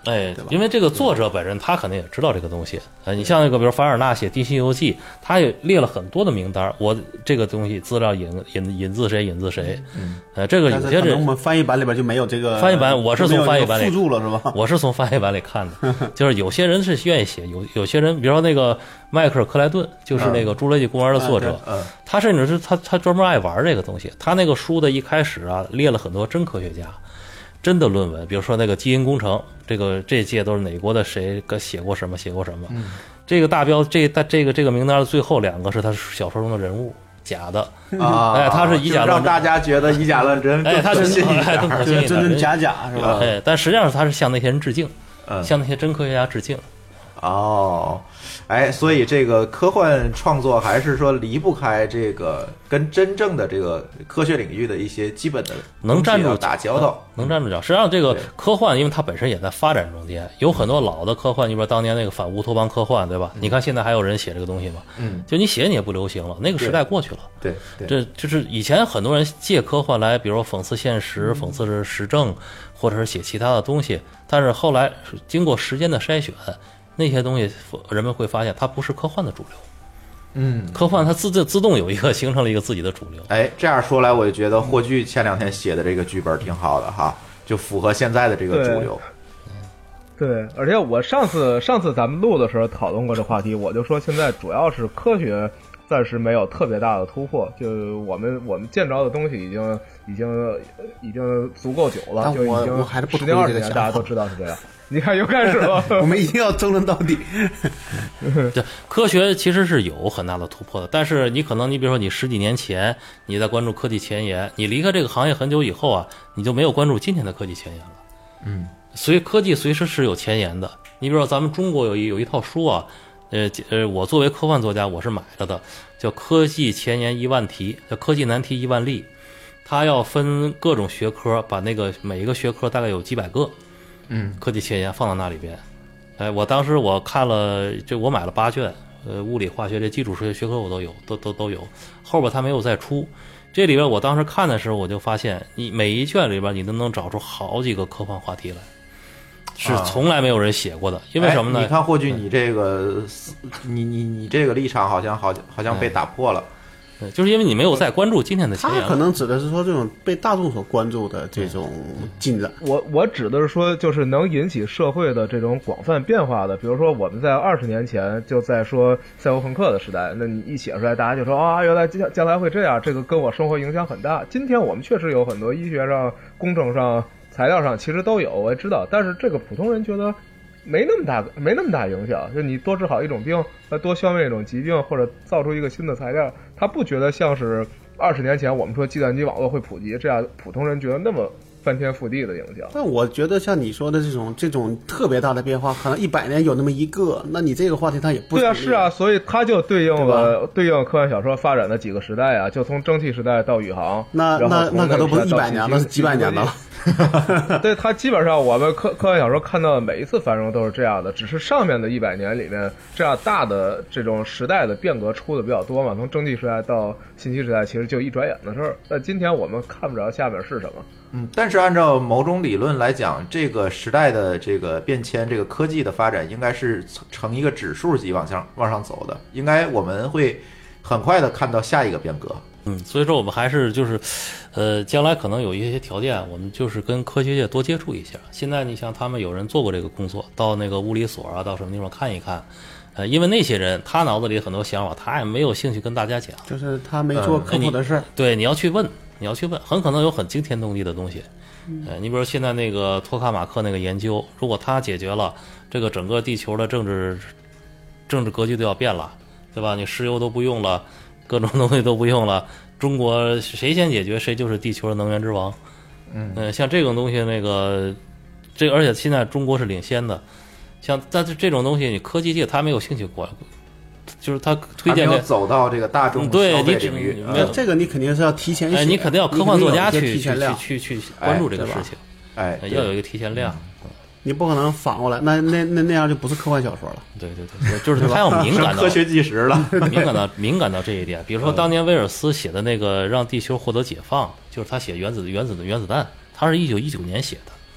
哎，因为这个作者本人他肯定也知道这个东西。呃，你像那个，比如凡尔纳写《地心游记》，他也列了很多的名单，我这个东西资料引引引自谁，引自谁。嗯，呃，这个有些人我们翻译版里边就没有这个翻译版，我是从翻译版里附注了是吧？ 我是从翻译版里看的，就是有些人是愿意写，有有些人，比如说那个迈克尔·克莱顿，就是那个《侏罗纪公园》的作者， 嗯， 他甚至是他他专门爱玩这个东西。他那个书的一开始啊，列了很多真科学家。真的论文，比如说那个基因工程，这个这届都是哪国的谁写过什么写过什么，嗯、这个大标这这个这个名单的最后两个是他小说中的人物，假的啊， 哎，他是以假乱真， 让大家觉得以假乱真， 哎，他是哎更可信一点， 真真假假是吧？ 哎，但实际上他是向那些人致敬，嗯、向那些真科学家致敬。 哦，哎，所以这个科幻创作还是说离不开这个跟真正的这个科学领域的一些基本的能站住打交道， 能站住脚。实际上，这个科幻，因为它本身也在发展中间，有很多老的科幻，你比如当年那个反乌托邦科幻，对吧？嗯、你看现在还有人写这个东西吗？嗯，就你写你也不流行了，那个时代过去了。 对，对这就是以前很多人借科幻来，比如说讽刺现实、讽刺时政，或者是写其他的东西，但是后来经过时间的筛选。那些东西，人们会发现它不是科幻的主流。 嗯， 科幻它自自动有一个形成了一个自己的主流。 哎，这样说来，我就觉得霍炬前两天写的这个剧本挺好的哈，就符合现在的这个主流。 对，对，而且我上次上次咱们录的时候讨论过这话题，我就说现在主要是科学暂时没有特别大的突破，就我们我们见着的东西已经已经已经足够久了，就已经十年二十年大家都知道是这样。你看又开始了， 我们一定要争论到底。 对，科学其实是有很大的突破的，但是你可能你比如说你十几年前你在关注科技前沿，你离开这个行业很久以后啊，你就没有关注今天的科技前沿了。嗯，所以科技随时是有前沿的。你比如说咱们中国有一有一套书啊，呃呃，我作为科幻作家我是买了的，叫《科技前沿一万题》，叫《科技难题一万例》，它要分各种学科，把那个每一个学科大概有几百个。嗯，科技前沿放到那里边，哎，我当时我看了，就我买了八卷，呃，物理、化学这基础数学学科我都有，都都都有。后边它没有再出，这里边我当时看的时候，我就发现，你每一卷里边你都能找出好几个科幻话题来，是从来没有人写过的。因为什么呢？ 哎、你看霍炬，你这个，你你你这个立场好像好好像被打破了。 对，就是因为你没有在关注今天的前沿。 他可能指的是说这种被大众所关注的这种进展。 我我指的是说，就是能引起社会的这种广泛变化的。比如说，我们在二十年前就在说赛博朋克的时代，那你一写出来，大家就说啊，原来将将来会这样，这个跟我生活影响很大。今天我们确实有很多医学上、工程上、材料上其实都有，我也知道，但是这个普通人觉得。没那么大，没那么大影响。就你多治好一种病，呃，多消灭一种疾病，或者造出一个新的材料，他不觉得像是二十年前我们说计算机网络会普及，这样普通人觉得那么翻天覆地的影响。 但我觉得像你说的这种这种特别大的变化，可能一百年有那么一个，那你这个话题它也不对啊，是啊，所以它就对应了对应科幻小说发展的几个时代啊，就从蒸汽时代到宇航， 那那那可都不是一百年了，是几百年了。 对，它基本上我们科科幻小说看到的每一次繁荣都是这样的，只是上面的一百年里面这样大的这种时代的变革出的比较多嘛，从蒸汽时代到信息时代，其实就一转眼的事儿。那今天我们看不着下面是什么。 嗯，但是按照某种理论来讲，这个时代的这个变迁，这个科技的发展，应该是呈一个指数级往上往上走的，应该我们会很快的看到下一个变革。 嗯，所以说我们还是就是，呃，将来可能有一些条件，我们就是跟科学界多接触一下。现在你像他们有人做过这个工作，到那个物理所啊，到什么地方看一看。呃，因为那些人他脑子里很多想法，他也没有兴趣跟大家讲， 就是他没做科普的事儿、嗯。 对，你要去问，你要去问，很可能有很惊天动地的东西。呃，你比如现在那个托卡马克那个研究，如果他解决了这个整个地球的政治政治格局都要变了，对吧？你石油都不用了。各种东西都不用了，中国谁先解决谁就是地球的能源之王。嗯、呃，像这种东西，那个这个，而且现在中国是领先的。像但是这种东西，你科技界他没有兴趣管，就是他推荐给走到这个大众消费领域。 嗯、呃，这个你肯定是要提前写， 哎，你肯定要科幻作家去去去去关注这个事情， 哎， 要有一个提前量。 嗯你不可能反过来，那那那那样就不是科幻小说了。 对对对，就是他要敏感到科学纪实了， 敏感到敏感到这一点。比如说当年威尔斯写的那个《让地球获得解放》，就是他写原子原子的原子弹，他是一九一九年写的。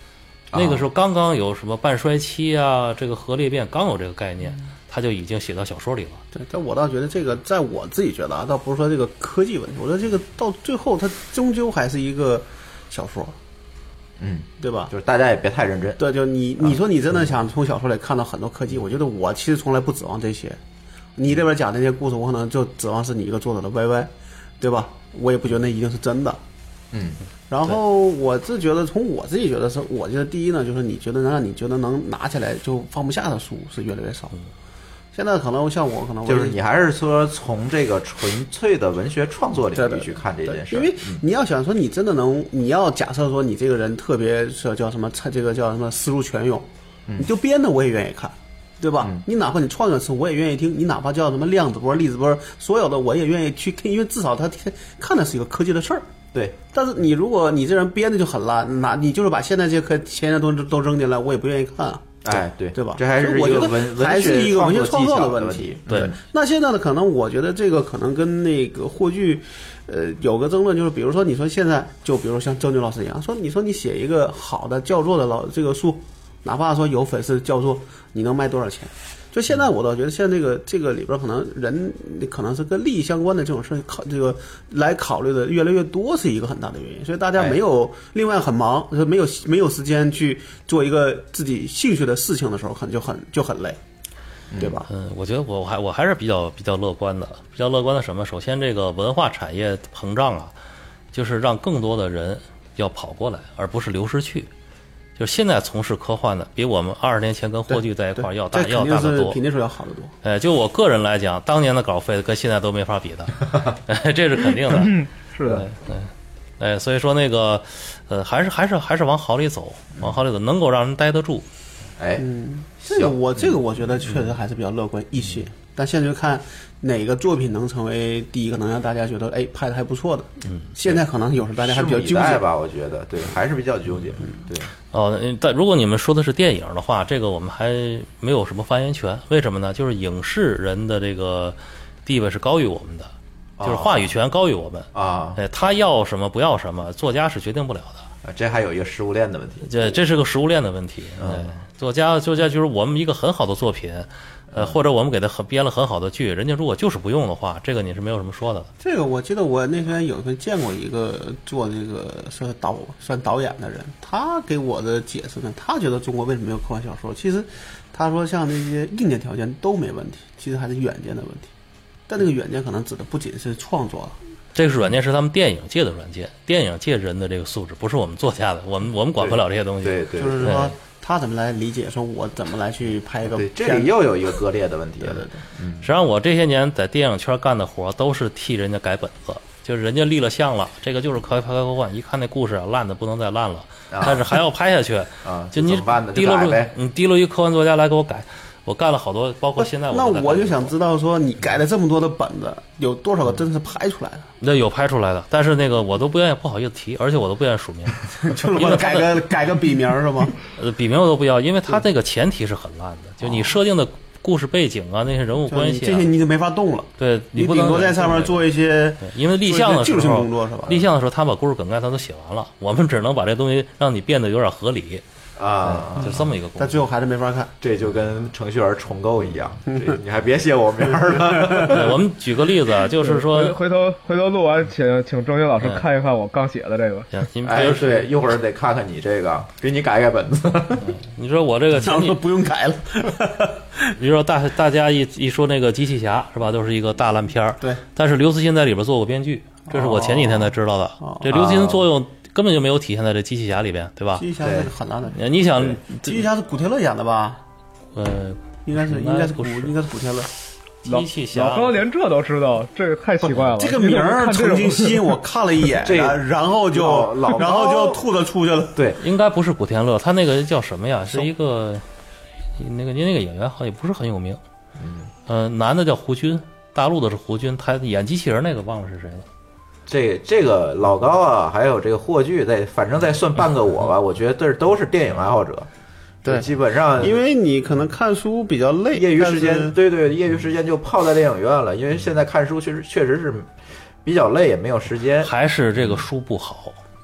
那个时候刚刚有什么半衰期啊，这个核裂变刚有这个概念，他就已经写到小说里了。 对，但我倒觉得这个，在我自己觉得啊，倒不是说这个科技问题，我觉得这个到最后它终究还是一个小说。 嗯， 对吧？ 就是大家也别太认真。 对，就你你说你真的想从小说里看到很多科技，我觉得我其实从来不指望这些。你这边讲这些故事，我可能就指望是你一个作者的 Y Y， 对吧？我也不觉得那一定是真的。 嗯。 然后我是觉得，从我自己觉得是，我觉得第一呢，就是你觉得能让你觉得能拿起来就放不下的书是越来越少。现在可能像我，可能我就是你还是说从这个纯粹的文学创作领域去看这件事， 因为你要想说你真的能，你要假设说你这个人特别是叫什么，这个叫什么思路泉涌，你就编的我也愿意看，对吧？ 嗯、 你哪怕你创作词我也愿意听，你哪怕叫什么量子波、粒子波，所有的我也愿意去听，因为至少他看的是一个科技的事儿。 对， 但是你如果你这人编的就很烂，那你就是把现在这些科前人都都扔进来，我也不愿意看啊。 哎，对， 对吧？ 这还是一个文还是一个文学创作的问题。 对， 那现在呢，可能我觉得这个可能跟那个霍炬，呃，有个争论，就是比如说，你说现在就比如像郑钧老师一样，说你说你写一个好的叫座的老这个书，哪怕说有粉丝叫座，你能卖多少钱？就现在我倒觉得，现在这个这个里边可能人可能是跟利益相关的这种事考这个来考虑的越来越多，是一个很大的原因。所以大家没有、哎、另外很忙，没有没有时间去做一个自己兴趣的事情的时候，可能就很就很累，对吧？ 嗯，我觉得我还我还是比较比较乐观的，比较乐观的什么？首先，这个文化产业膨胀啊，就是让更多的人要跑过来，而不是流失去。就是现在从事科幻的，比我们二十年前跟霍炬在一块儿要大要大得多， 肯定是要好得多。 哎，就我个人来讲，当年的稿费跟现在都没法比的，哎、这是肯定的。 是的， 对，哎，所以说那个，呃，还是还是还是往好里走，往好里走，能够让人待得住。 哎， 嗯，这个我这个我觉得确实还是比较乐观一些。嗯、但现在就看哪个作品能成为第一个，能让大家觉得哎拍的还不错的。嗯，现在可能有时候大家还比较纠结吧，我觉得对，还是比较纠结。嗯，对。 哦，但如果你们说的是电影的话，这个我们还没有什么发言权。为什么呢？就是影视人的这个地位是高于我们的，就是话语权高于我们啊。 哎，他要什么不要什么，作家是决定不了的。 这还有一个食物链的问题。 这这是个食物链的问题。 嗯、 哎，作家作家就是我们一个很好的作品。呃，或者我们给他编了很好的剧，人家如果就是不用的话，这个你是没有什么说的。 这个我记得我那天有一天见过一个做这个算导算导演的人，他给我的解释呢，他觉得中国为什么没有科幻小说？其实他说像那些硬件条件都没问题，其实还是远见的问题。但那个远见可能指的不仅是创作了， 这个软件是他们电影界的软件，电影界人的这个素质，不是我们作家的，我们我们管不了这些东西。 对 对, 对， 就是说。他怎么来理解？说我怎么来去拍一个？ 对，这里又有一个割裂的问题。 对对对， 嗯， 实际上我这些年在电影圈干的活都是替人家改本子，就是人家立了项了，这个就是科拍科幻，一看那故事啊烂的不能再烂了，啊、但是还要拍下去啊， 就你提溜出，你提溜一科幻作家来给我改。我干了好多，包括现在我。 那我就想知道，说你改了这么多的本子，有多少个真是拍出来的？ 那有拍出来的，但是那个我都不愿意，不好意思提，而且我都不愿意署名， 就是为了改个改个笔名是吗？ 呃，笔名我都不要，因为他这个前提是很烂的，就你设定的故事背景啊，那些人物关系、啊， 这些你就没法动了。 对， 你不能顶多在上面做一些， 因为立项的时候， 工作是吧？ 立项的时候，他把故事梗概他都写完了，我们只能把这东西让你变得有点合理。 啊， 就这么一个工作， 但最后还是没法看， 这就跟程序员重构一样，你还别写我名了。 我们举个例子，就是说， 回头回头录完，请请郑钧老师看一看我刚写的这个。 行， 哎，对，一会儿得看看你这个，给你改改本子。 你说我这个前都不用改了。 比如说大大家一一说那个机器侠是吧，都是一个大烂片儿。 对， 但是刘慈欣在里边做过编剧，这是我前几天才知道的。这刘慈欣作用。根本就没有体现在这机器侠里边，对吧？ 机器侠是很烂的。 你想， 机器侠是古天乐演的吧？ 呃， 应该是，应该是古，应该是古天乐。 机器侠， 老高连这都知道，这个太奇怪了。 这个名儿曾经吸引我看了一眼，然后就，然后就吐了出去了。 对， 应该不是古天乐，他那个叫什么呀？是一个那个那个演员好像也不是很有名。嗯，呃，男的叫胡军，大陆的是胡军，他演机器人那个忘了是谁了。 这这个老高啊，还有这个霍炬，在反正再算半个我吧，我觉得这都是电影爱好者。 对， 基本上因为你可能看书比较累， 业余时间，对对，业余时间就泡在电影院了。因为现在看书确实确实是比较累，也没有时间。 还是这个书不好。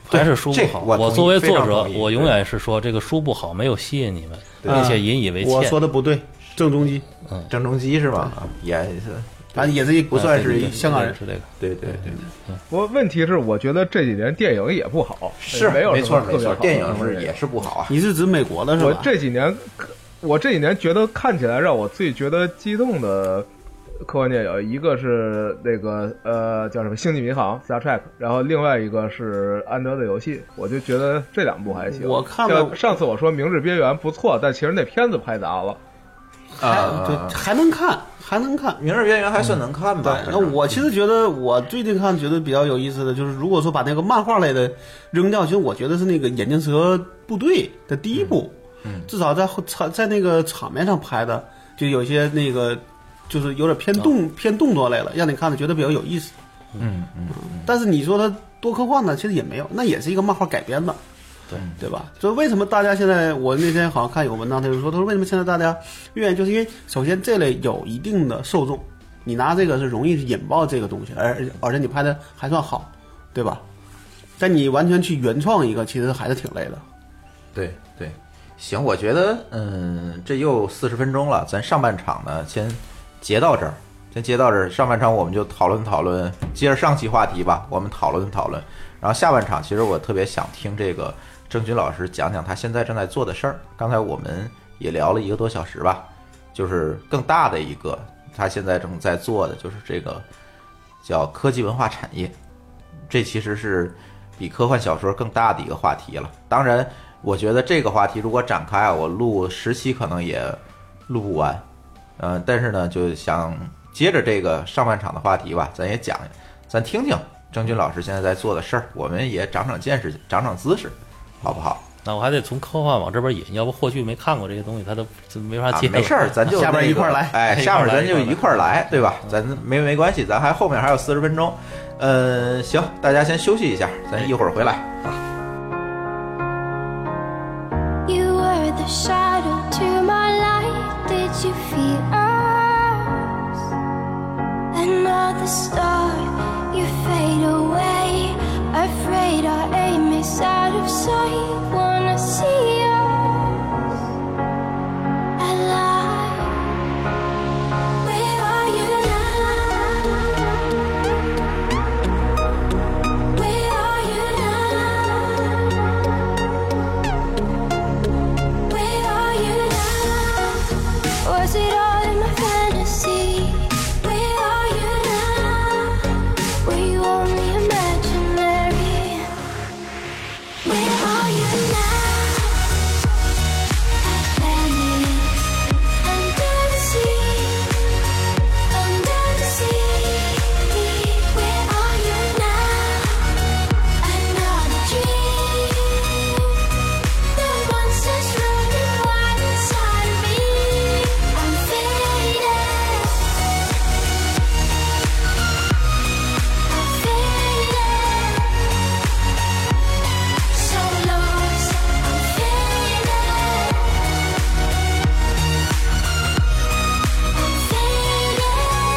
还是书不好。 我我作为作者，我永远是说这个书不好，没有吸引你们，并且引以为歉。我说的不对，郑中基， 嗯，郑中基是吧？也是。 反正也是一不算是香港人， 是这个， 对对对。 不过问题是，我觉得这几年电影也不好， 是没有没错没错， 电影是也是不好啊。 你是指美国的是吧？ 我这几年，我这几年觉得看起来让我最觉得激动的科幻电影，一个是那个呃叫什么《星际迷航》Star Trek， 然后另外一个是《安德的游戏》，我就觉得这两部还行。 我看了上次我说《明日边缘》不错，但其实那片子拍砸了。 啊，对，还能看，还能看，《 明日边缘》还算能看吧。 对，那我其实觉得，我最近看觉得比较有意思的就是，如果说把那个漫画类的扔掉，其实我觉得是那个眼镜蛇部队的第一部， 嗯， 至少在场在那个场面上拍的，就有些那个就是有点偏动、哦、偏动作类了，让你看的觉得比较有意思。 嗯嗯嗯。 但是你说它多科幻呢，其实也没有，那也是一个漫画改编的。 对对吧？所以为什么大家现在，我那天好像看有文章，他就说，他说为什么现在大家愿意，就是因为首先这类有一定的受众，你拿这个是容易引爆这个东西，而而且你拍的还算好，对吧？但你完全去原创一个，其实还是挺累的。 对对，行，我觉得嗯，这又四十分钟了，咱上半场呢先截到这儿，先截到这儿。上半场我们就讨论讨论，接着上期话题吧，我们讨论讨论。然后下半场，其实我特别想听这个郑钧老师讲讲他现在正在做的事儿。刚才我们也聊了一个多小时吧，就是更大的一个，他现在正在做的就是这个叫科技文化产业。这其实是比科幻小说更大的一个话题了。当然，我觉得这个话题如果展开啊，我录十期可能也录不完。嗯、呃，但是呢，就想接着这个上半场的话题吧，咱也讲，咱听听郑钧老师现在在做的事儿，我们也长长见识，长长姿势，好不好？ 那我还得从科幻往这边引，要不霍炬没看过这些东西，他都没法接、啊。 没事儿，咱就、那个、 下边一块来， 哎，下边咱就一块来，对吧？咱没没关系，咱还后面还有四十分钟。嗯，行，大家先休息一下，咱一会儿回来。啊。You were the shadow to my light, did you feel us? Another star, you fade away, afraid our aim is out of sight, wanna see us alive. Where are you now? Where are you now? Where are you now? Was it all in my fantasy? Where are you now? Were you only imaginary? Where are you now? Atlantis, under the sea, under the sea. Where are you now? Another dream. The monsters running wild inside of me. I'm faded. I'm faded. So lost, I'm faded. I'm faded.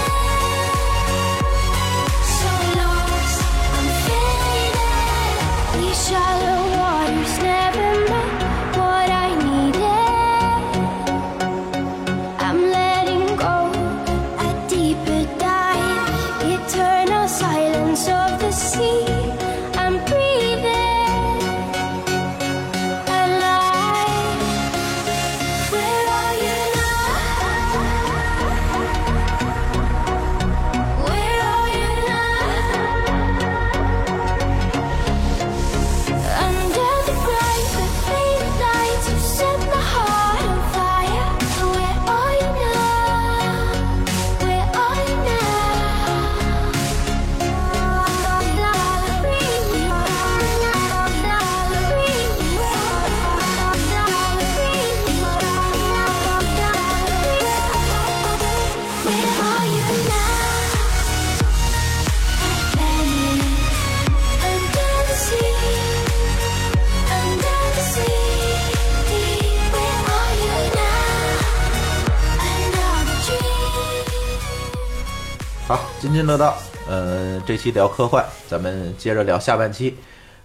So lost, I'm faded. These shallow waters never met what I needed. I'm letting go a deeper dive, eternal silence of the sea. I'm breathing alive. Where are you now? Where are you now? Under the bright but faded lights, you set my heart on fire. Where are you now? Where are you Where are you now? Atlantis, under the sea, under the sea. Where are you now? Another dream. 好，津津乐道。呃，这期聊科幻，咱们接着聊下半期。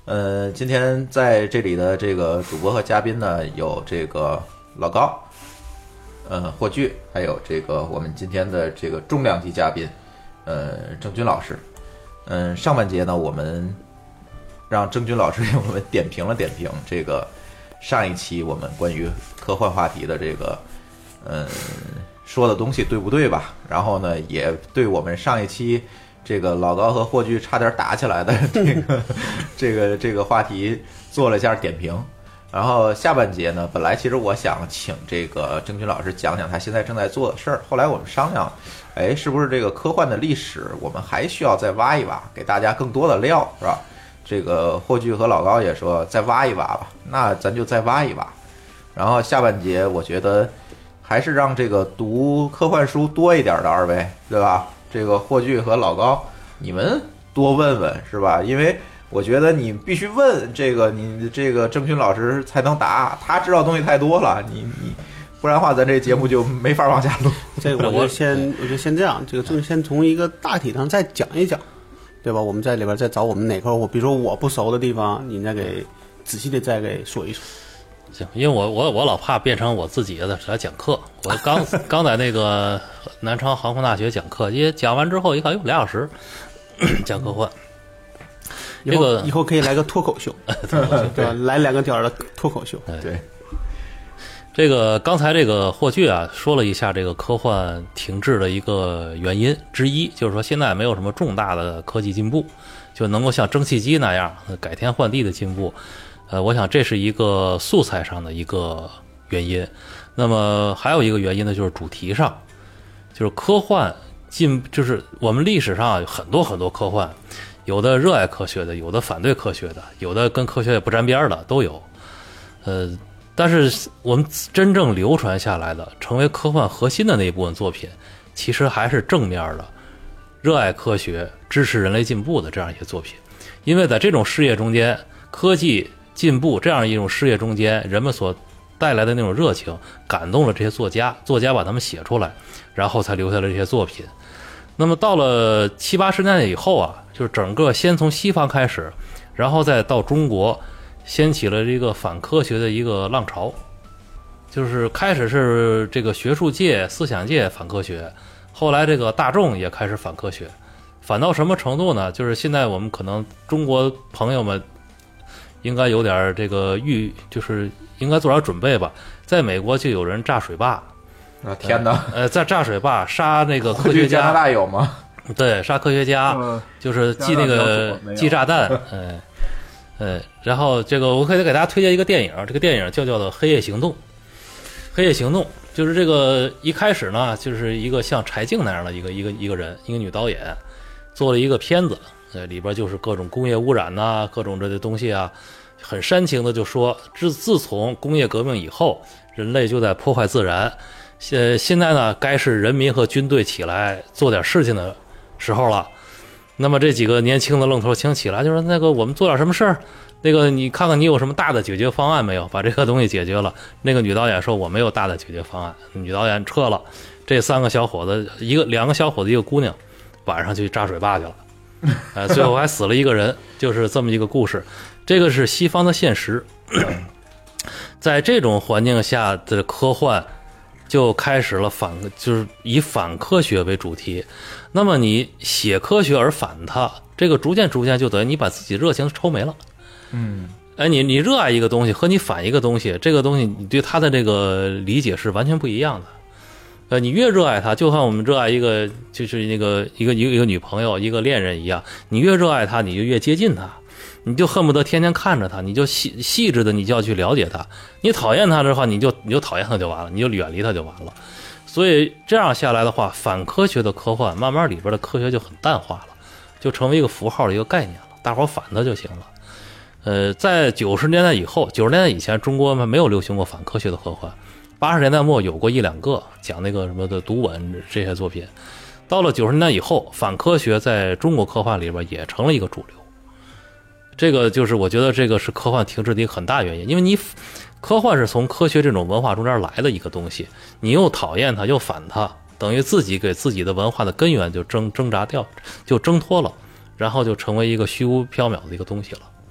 呃，今天在这里的这个主播和嘉宾呢，有这个老高，呃，霍炬，还有这个我们今天的这个重量级嘉宾，呃，郑钧老师。嗯、呃，上半节呢，我们让郑钧老师给我们点评了点评这个上一期我们关于科幻话题的这个，嗯、呃，说的东西对不对吧？然后呢，也对我们上一期这个老高和霍炬差点打起来的这个这个这个话题做了一下点评。然后下半节呢，本来其实我想请这个郑钧老师讲讲他现在正在做的事儿，后来我们商量，哎，是不是这个科幻的历史我们还需要再挖一挖，给大家更多的料，是吧？这个霍炬和老高也说再挖一挖吧，那咱就再挖一挖。然后下半节我觉得还是让这个读科幻书多一点的二位，对吧？这个霍炬和老高，你们多问问，是吧？因为我觉得你必须问这个，你这个郑钧老师才能答，他知道东西太多了，你你不然的话，咱这节目就没法往下录。 这个我就先我就先这样，这个就先从一个大体上再讲一讲，对吧？我们在里边再找我们哪块我比如说我不熟的地方，你再给仔细的再给说一说。 行，因为我我我老怕变成我自己的来讲课。我刚刚在那个南昌航空大学讲课，也讲完之后一看，哟，俩小时讲科幻。 这个以后可以来个脱口秀，对吧？来两个点的脱口秀。 对， 这个刚才这个霍炬啊说了一下这个科幻停滞的一个原因之一，就是说现在没有什么重大的科技进步，就能够像蒸汽机那样改天换地的进步。呃，我想这是一个素材上的一个原因。那么还有一个原因呢，就是主题上，就是科幻进，就是我们历史上有很多很多科幻。有的热爱科学的，有的反对科学的，有的跟科学也不沾边的都有。呃，但是我们真正流传下来的，成为科幻核心的那一部分作品，其实还是正面的，热爱科学、支持人类进步的这样一些作品。因为在这种事业中间，科技进步这样一种事业中间，人们所带来的那种热情，感动了这些作家，作家把他们写出来，然后才留下了这些作品。那么到了七八十年代以后啊，就是整个先从西方开始，然后再到中国，掀起了这个反科学的一个浪潮。就是开始是这个学术界、思想界反科学，后来这个大众也开始反科学。反到什么程度呢？就是现在我们可能中国朋友们应该有点这个预，就是应该做点准备吧。在美国就有人炸水坝。 啊天哪！ 呃，在炸水坝杀那个科学家， 加拿大有吗？ 对，杀科学家，嗯、就是寄那个寄炸弹，哎，呃，然后这个我可以给大家推荐一个电影，这个电影就叫做《黑夜行动》。黑夜行动就是这个一开始呢，就是一个像柴静那样的一个一个一个人，一个女导演，做了一个片子，呃，里边就是各种工业污染呐、啊，各种这些东西啊，很煽情的就说，自自从工业革命以后，人类就在破坏自然。呃，现在呢，该是人民和军队起来做点事情的时候了。那么这几个年轻的愣头青起来就说：“那个，我们做点什么事儿？那个，你看看你有什么大的解决方案没有？把这个东西解决了。”那个女导演说：“我没有大的解决方案。”女导演撤了。这三个小伙子，一个两个小伙子，一个姑娘，晚上去炸水坝去了。呃，最后还死了一个人，就是这么一个故事。这个是西方的现实。在这种环境下的科幻。就开始了反，就是以反科学为主题。那么你写科学而反它，这个逐渐逐渐就等于你把自己热情抽没了。 嗯， 哎，你你热爱一个东西和你反一个东西，这个东西你对它的这个理解是完全不一样的。呃，你越热爱它，就像我们热爱一个就是那个一个一个一个女朋友、一个恋人一样，你越热爱它，你就越接近它。你就恨不得天天看着他，你就细细致的，你就要去了解他。你讨厌他的话，你就你就讨厌他就完了，你就远离他就完了。所以这样下来的话，反科学的科幻慢慢里边的科学就很淡化了，就成为一个符号的一个概念了，大伙反它就行了。呃，在九十年代以后，九十年代以前，中国没有流行过反科学的科幻。八十年代末有过一两个讲那个什么的读文这些作品。到了九十年代以后，反科学在中国科幻里边也成了一个主流。这个就是我觉得这个是科幻停滞的一个很大原因，因为你科幻是从科学这种文化中间来的一个东西，你又讨厌它又反它，等于自己给自己的文化的根源就挣挣扎掉，就挣脱了，然后就成为一个虚无缥缈的一个东西了。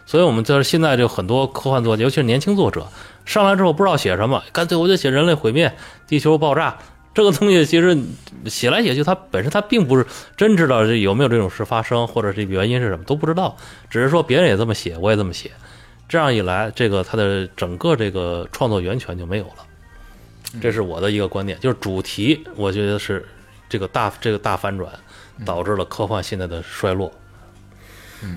所以我们就是现在就很多科幻作家，尤其是年轻作者，上来之后不知道写什么，干脆我就写人类毁灭、地球爆炸。这个东西其实写来写去，它本身它并不是真知道有没有这种事发生，或者这个原因是什么都不知道，只是说别人也这么写，我也这么写，这样一来，这个它的整个这个创作源泉就没有了。这是我的一个观点，就是主题，我觉得是这个大这个大反转导致了科幻现在的衰落。 嗯，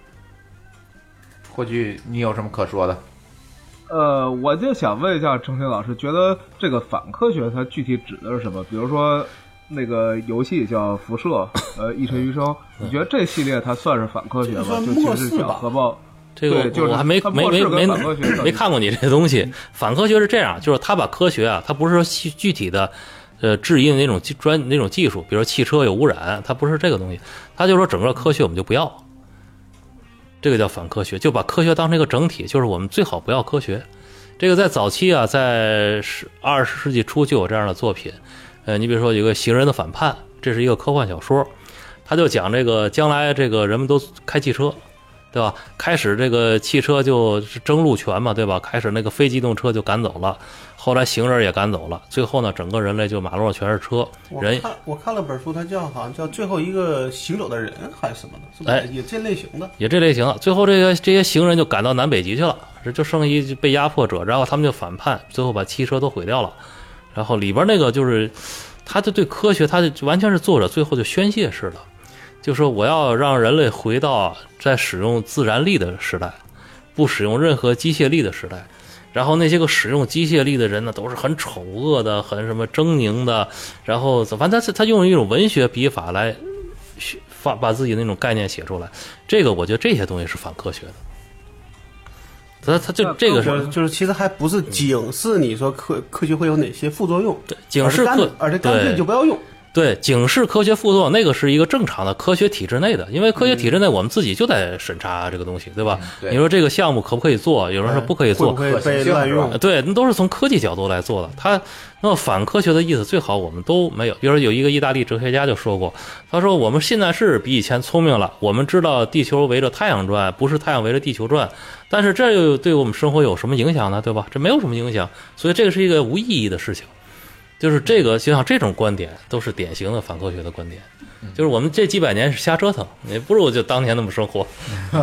霍炬，你有什么可说的？ 呃，我就想问一下程青老师，觉得这个反科学它具体指的是什么？比如说那个游戏叫辐射，呃，一尘余生，你觉得这系列它算是反科学吗？就其实是讲核爆。 这个就是我还没没没没没看过你这东西。反科学是这样，就是他把科学啊，他不是说具体的呃质疑的那种专那种技术，比如说汽车有污染，他不是这个东西，他就说整个科学我们就不要。这个叫反科学，就把科学当成一个整体，就是我们最好不要科学。这个在早期啊，在二十世纪初就有这样的作品。呃，你比如说有个《行人的反叛》，这是一个科幻小说，他就讲这个将来这个人们都开汽车，对吧？开始这个汽车就是争路权嘛，对吧？开始那个非机动车就赶走了，后来行人也赶走了，最后呢，整个人类就马路上全是车。人我看我看了本书，它叫好像叫《最后一个行走的人》还是什么的，是不是？ 哎， 也这类型的， 也这类型的。最后这个这些行人就赶到南北极去了，就剩一被压迫者，然后他们就反叛，最后把汽车都毁掉了。然后里边那个就是，他就对科学，他就完全是作者最后就宣泄式的。就说我要让人类回到在使用自然力的时代，不使用任何机械力的时代。然后那些个使用机械力的人呢，都是很丑恶的，很什么狰狞的。然后反正他他用一种文学笔法来发把自己那种概念写出来。这个我觉得这些东西是反科学的。他他就这个是就是其实还不是警示你说科科学会有哪些副作用， 对，警示科， 而且干脆就不要用。 对，警示科学副作用，那个是一个正常的科学体制内的，因为科学体制内我们自己就在审查这个东西，对吧？ 嗯、对， 你说这个项目可不可以做？有人说不可以做， 会不会被滥用？ 对，那都是从科技角度来做的。他那么反科学的意思，最好我们都没有。比如说有一个意大利哲学家就说过，他说我们现在是比以前聪明了，我们知道地球围着太阳转，不是太阳围着地球转，但是这又对我们生活有什么影响呢？对吧？这没有什么影响，所以这个是一个无意义的事情。就是这个，就像这种观点，都是典型的反科学的观点。就是我们这几百年是瞎折腾，也不如就当年那么生活。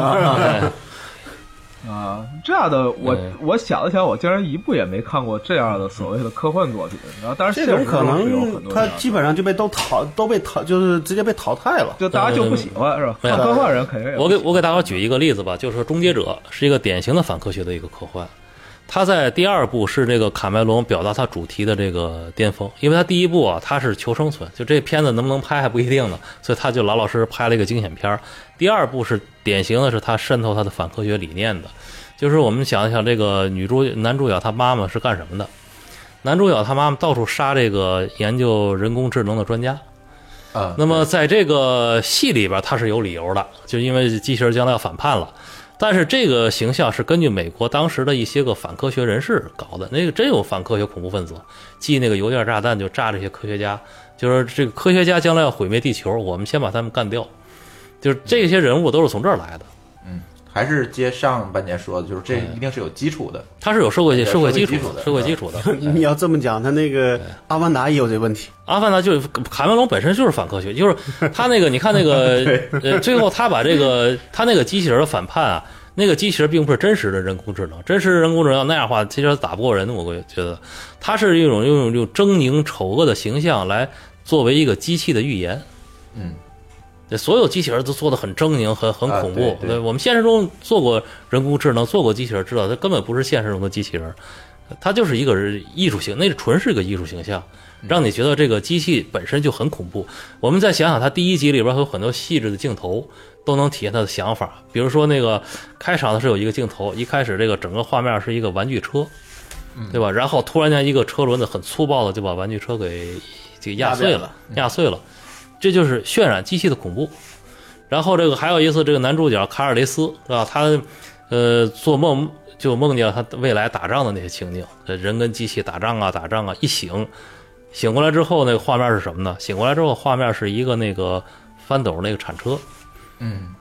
啊，这样的我我想了想，我竟然一部也没看过这样的所谓的科幻作品。然后，但是这种可能它基本上就被都淘都被淘，就是直接被淘汰了， 就大家就不喜欢，是吧？看科幻人肯定。 我给我给大家举一个例子吧，就是说《终结者》是一个典型的反科学的一个科幻。他在第二部是这个卡梅隆表达他主题的这个巅峰，因为他第一部啊他是求生存，就这片子能不能拍还不一定呢，所以他就老老实实拍了一个惊险片。第二部是典型的是他渗透他的反科学理念的，就是我们想一想这个女主男主角他妈妈是干什么的？男主角他妈妈到处杀这个研究人工智能的专家。 啊， 那么在这个戏里边他是有理由的，就因为机器人将来要反叛了。但是这个形象是根据美国当时的一些个反科学人士搞的，那个真有反科学恐怖分子，寄那个邮件炸弹就炸这些科学家，就是这个科学家将来要毁灭地球，我们先把他们干掉，就是这些人物都是从这儿来的。 嗯，还是接上半年说的，就是这一定是有基础的， 他是有社会社会基础的，社会基础的。 你要这么讲，他那个阿凡达也有这问题。 阿凡达就是卡梅隆本身就是反科学，就是他那个你看那个呃，最后他把这个他那个机器人的反叛啊，那个机器人并不是真实的人工智能，真实人工智能要那样的话，其实打不过人的。我觉得他是一种用用狰狞丑恶的形象来作为一个机器的预言。 嗯。 所有机器人都做得很狰狞，很很恐怖。 啊、对, 对， 我们现实中做过人工智能，做过机器人，知道它根本不是现实中的机器人，它就是一个艺术形，那纯是一个艺术形象，让你觉得这个机器本身就很恐怖。我们再想想，它第一集里边有很多细致的镜头，都能体现它的想法。比如说那个开场的时候有一个镜头，一开始这个整个画面是一个玩具车，对吧？然后突然间一个车轮子很粗暴的就把玩具车给给压碎了，压碎了。这就是渲染机器的恐怖。然后这个还有一次，这个男主角卡尔雷斯，对吧？他呃做梦就梦见他未来打仗的那些情景，人跟机器打仗啊打仗啊，一醒醒过来之后，那个画面是什么呢？醒过来之后，画面是一个那个翻斗那个铲车， 嗯，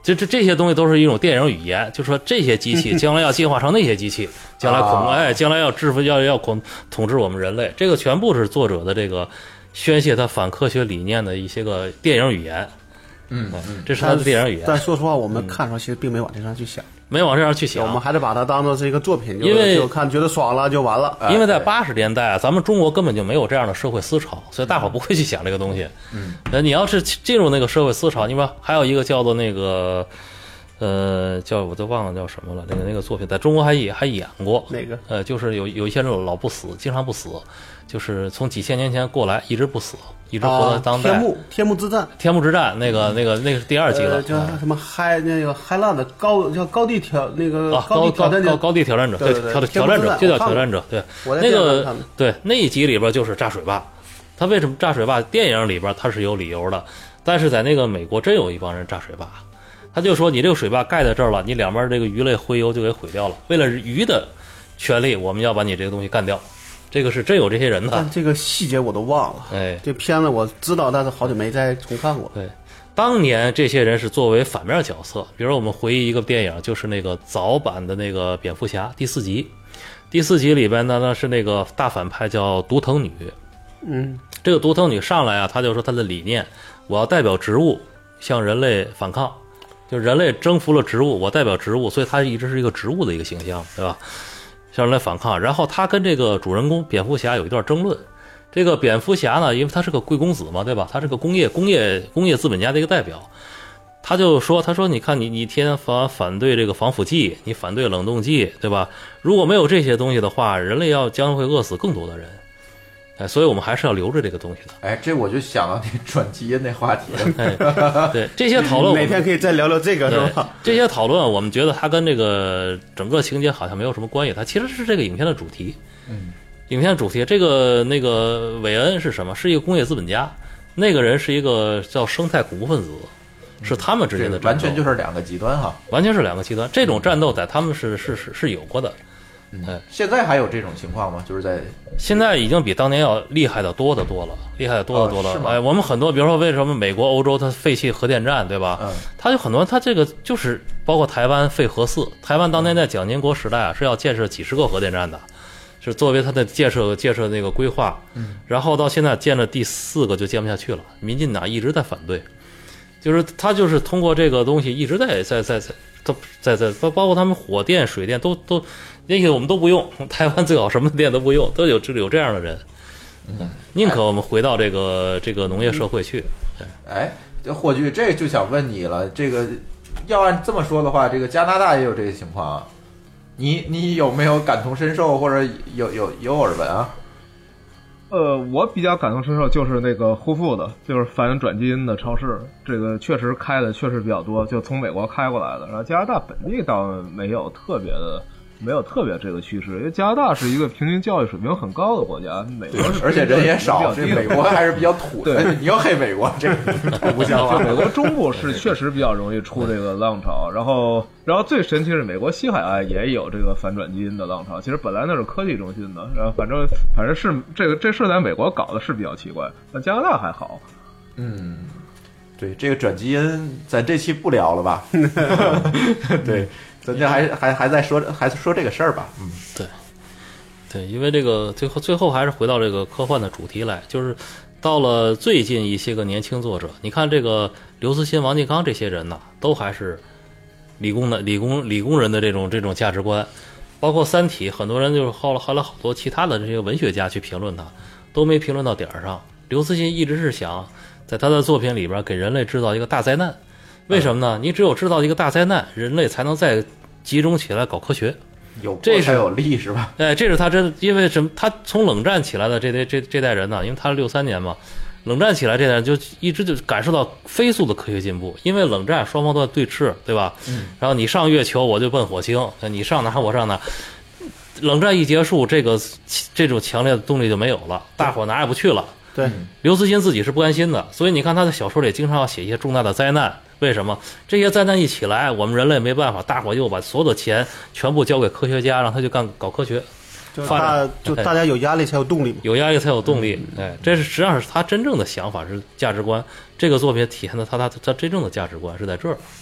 这这这些东西都是一种电影语言，就说这些机器将来要进化成那些机器，将来恐哎，将来要制服要要统统治我们人类，这个全部是作者的这个宣泄他反科学理念的一些个电影语言。 嗯嗯， 这是他的电影语言。 但说实话，我们看的时候其实并没往这上去想， 没往这上去想， 我们还是把它当做是一个作品， 因为就看觉得爽了就完了。 因为在八十年代啊，咱们中国根本就没有这样的社会思潮，所以大伙不会去想这个东西。嗯，那你要是进入那个社会思潮，你说还有一个叫做那个。呃，叫我都忘了叫什么了。那个那个作品在中国还也还演过。 哪个？ 呃，就是有有一些人老不死，经常不死，就是从几千年前过来一直不死，一直活到当代。 天幕天幕之战， 天幕之战那个那个那个是第二集了， 呃、叫什么嗨那个嗨烂的高叫高地挑那个高地挑战者、 啊、高高高地挑战者， 对对对， 挑挑战者就叫挑战者，对，那个对那一集里边就是炸水坝，他为什么炸水坝？电影里边他是有理由的，但是在那个美国真有一帮人炸水坝。他就说你这个水坝盖在这儿了，你两边这个鱼类洄游就给毁掉了。为了鱼的权利，我们要把你这个东西干掉。这个是真有这些人的。 但这个细节我都忘了。哎，这片子我知道，但是好久没再重看过。 对，当年这些人是作为反面角色，比如我们回忆一个电影，就是那个早版的那个蝙蝠侠第四集，第四集里边呢，那是那个大反派叫毒藤女。 嗯， 这个毒藤女上来啊，他就说他的理念，我要代表植物向人类反抗。就人类征服了植物，我代表植物，所以他一直是一个植物的一个形象，对吧？向人类反抗。然后他跟这个主人公蝙蝠侠有一段争论。这个蝙蝠侠呢，因为他是个贵公子嘛，对吧？他是个工业工业工业资本家的一个代表，他就说，他说你看你你天天反反对这个防腐剂，你反对冷冻剂，对吧？如果没有这些东西的话，人类要将会饿死更多的人。哎，所以我们还是要留着这个东西的。 哎，这我就想到那转基因那话题了。 哎，对这些讨论， 哪天可以再聊聊这个，是吧？ 这些讨论，我们觉得它跟这个整个情节好像没有什么关系，它其实是这个影片的主题。 嗯， 影片的主题，这个那个韦恩是什么？是一个工业资本家，那个人是一个叫生态恐怖分子，是他们之间的战斗， 完全就是两个极端哈， 完全是两个极端。这种战斗在他们是是是是有过的。 嗯，现在还有这种情况吗？就是在现在已经比当年要厉害的多得多了，厉害的多得多了。 哦、是吗？ 哎，我们很多，比如说为什么美国、欧洲它废弃核电站，对吧？ 嗯， 它有很多，它这个就是包括台湾废核四，台湾当年在蒋经国时代啊是要建设几十个核电站的，是作为它的建设建设那个规划。 嗯， 然后到现在建了第四个就建不下去了，民进党一直在反对，就是他就是通过这个东西一直在在在在都在在包包括他们火电、水电都都。那些我们都不用，台湾最好什么电都不用，都有有这样的人，嗯，宁可我们回到这个这个农业社会去。 哎，这霍炬，这就想问你了，这个要按这么说的话，这个加拿大也有这个情况啊，你你有没有感同身受，或者有有有耳闻啊？ 呃，我比较感同身受，就是那个护肤的，就是反转基因的超市，这个确实开的确实比较多，就从美国开过来的，然后加拿大本地倒没有特别的。没有特别这个趋势，因为加拿大是一个平均教育水平很高的国家，美国而且人也少，这美国还是比较土的。对，你要黑美国，这个不像话。 美国中部是确实比较容易出这个浪潮，然后，然后最神奇是美国西海岸也有这个反转基因的浪潮。其实本来那是科技中心的，然后反正反正是这个这事在美国搞的是比较奇怪，那加拿大还好。 嗯，对，这个转基因咱这期不聊了吧？对。咱这还还还在说还说这个事儿吧？嗯， 对，对，因为这个最后最后还是回到这个科幻的主题来，就是到了最近一些个年轻作者，你看这个刘慈欣、王继刚这些人呢，都还是理工的理工理工人的这种这种价值观，包括《三体》，很多人就是后来后来好多其他的这些文学家去评论它，都没评论到点儿上。刘慈欣一直是想在他的作品里边给人类制造一个大灾难。为什么呢？你只有制造一个大灾难，人类才能再集中起来搞科学， 有这才有利是吧？ 哎，这是他真因为什么？他从冷战起来的这这这这代人呢，因为他是六三年嘛，冷战起来这代人就一直就感受到飞速的科学进步。因为冷战双方都在对峙，对吧？ 嗯。 然后你上月球，我就奔火星；你上哪我上哪。冷战一结束，这个这种强烈的动力就没有了，大伙哪也不去了。 对， 刘慈欣自己是不甘心的，所以你看他的小说里经常要写一些重大的灾难。为什么这些灾难一起来，我们人类没办法，大伙又把所有的钱全部交给科学家，让他去干搞科学， 发展就大家有压力才有动力嘛， 有压力才有动力。哎，这是实际上是他真正的想法，是价值观。这个作品体现的他他他真正的价值观是在这儿。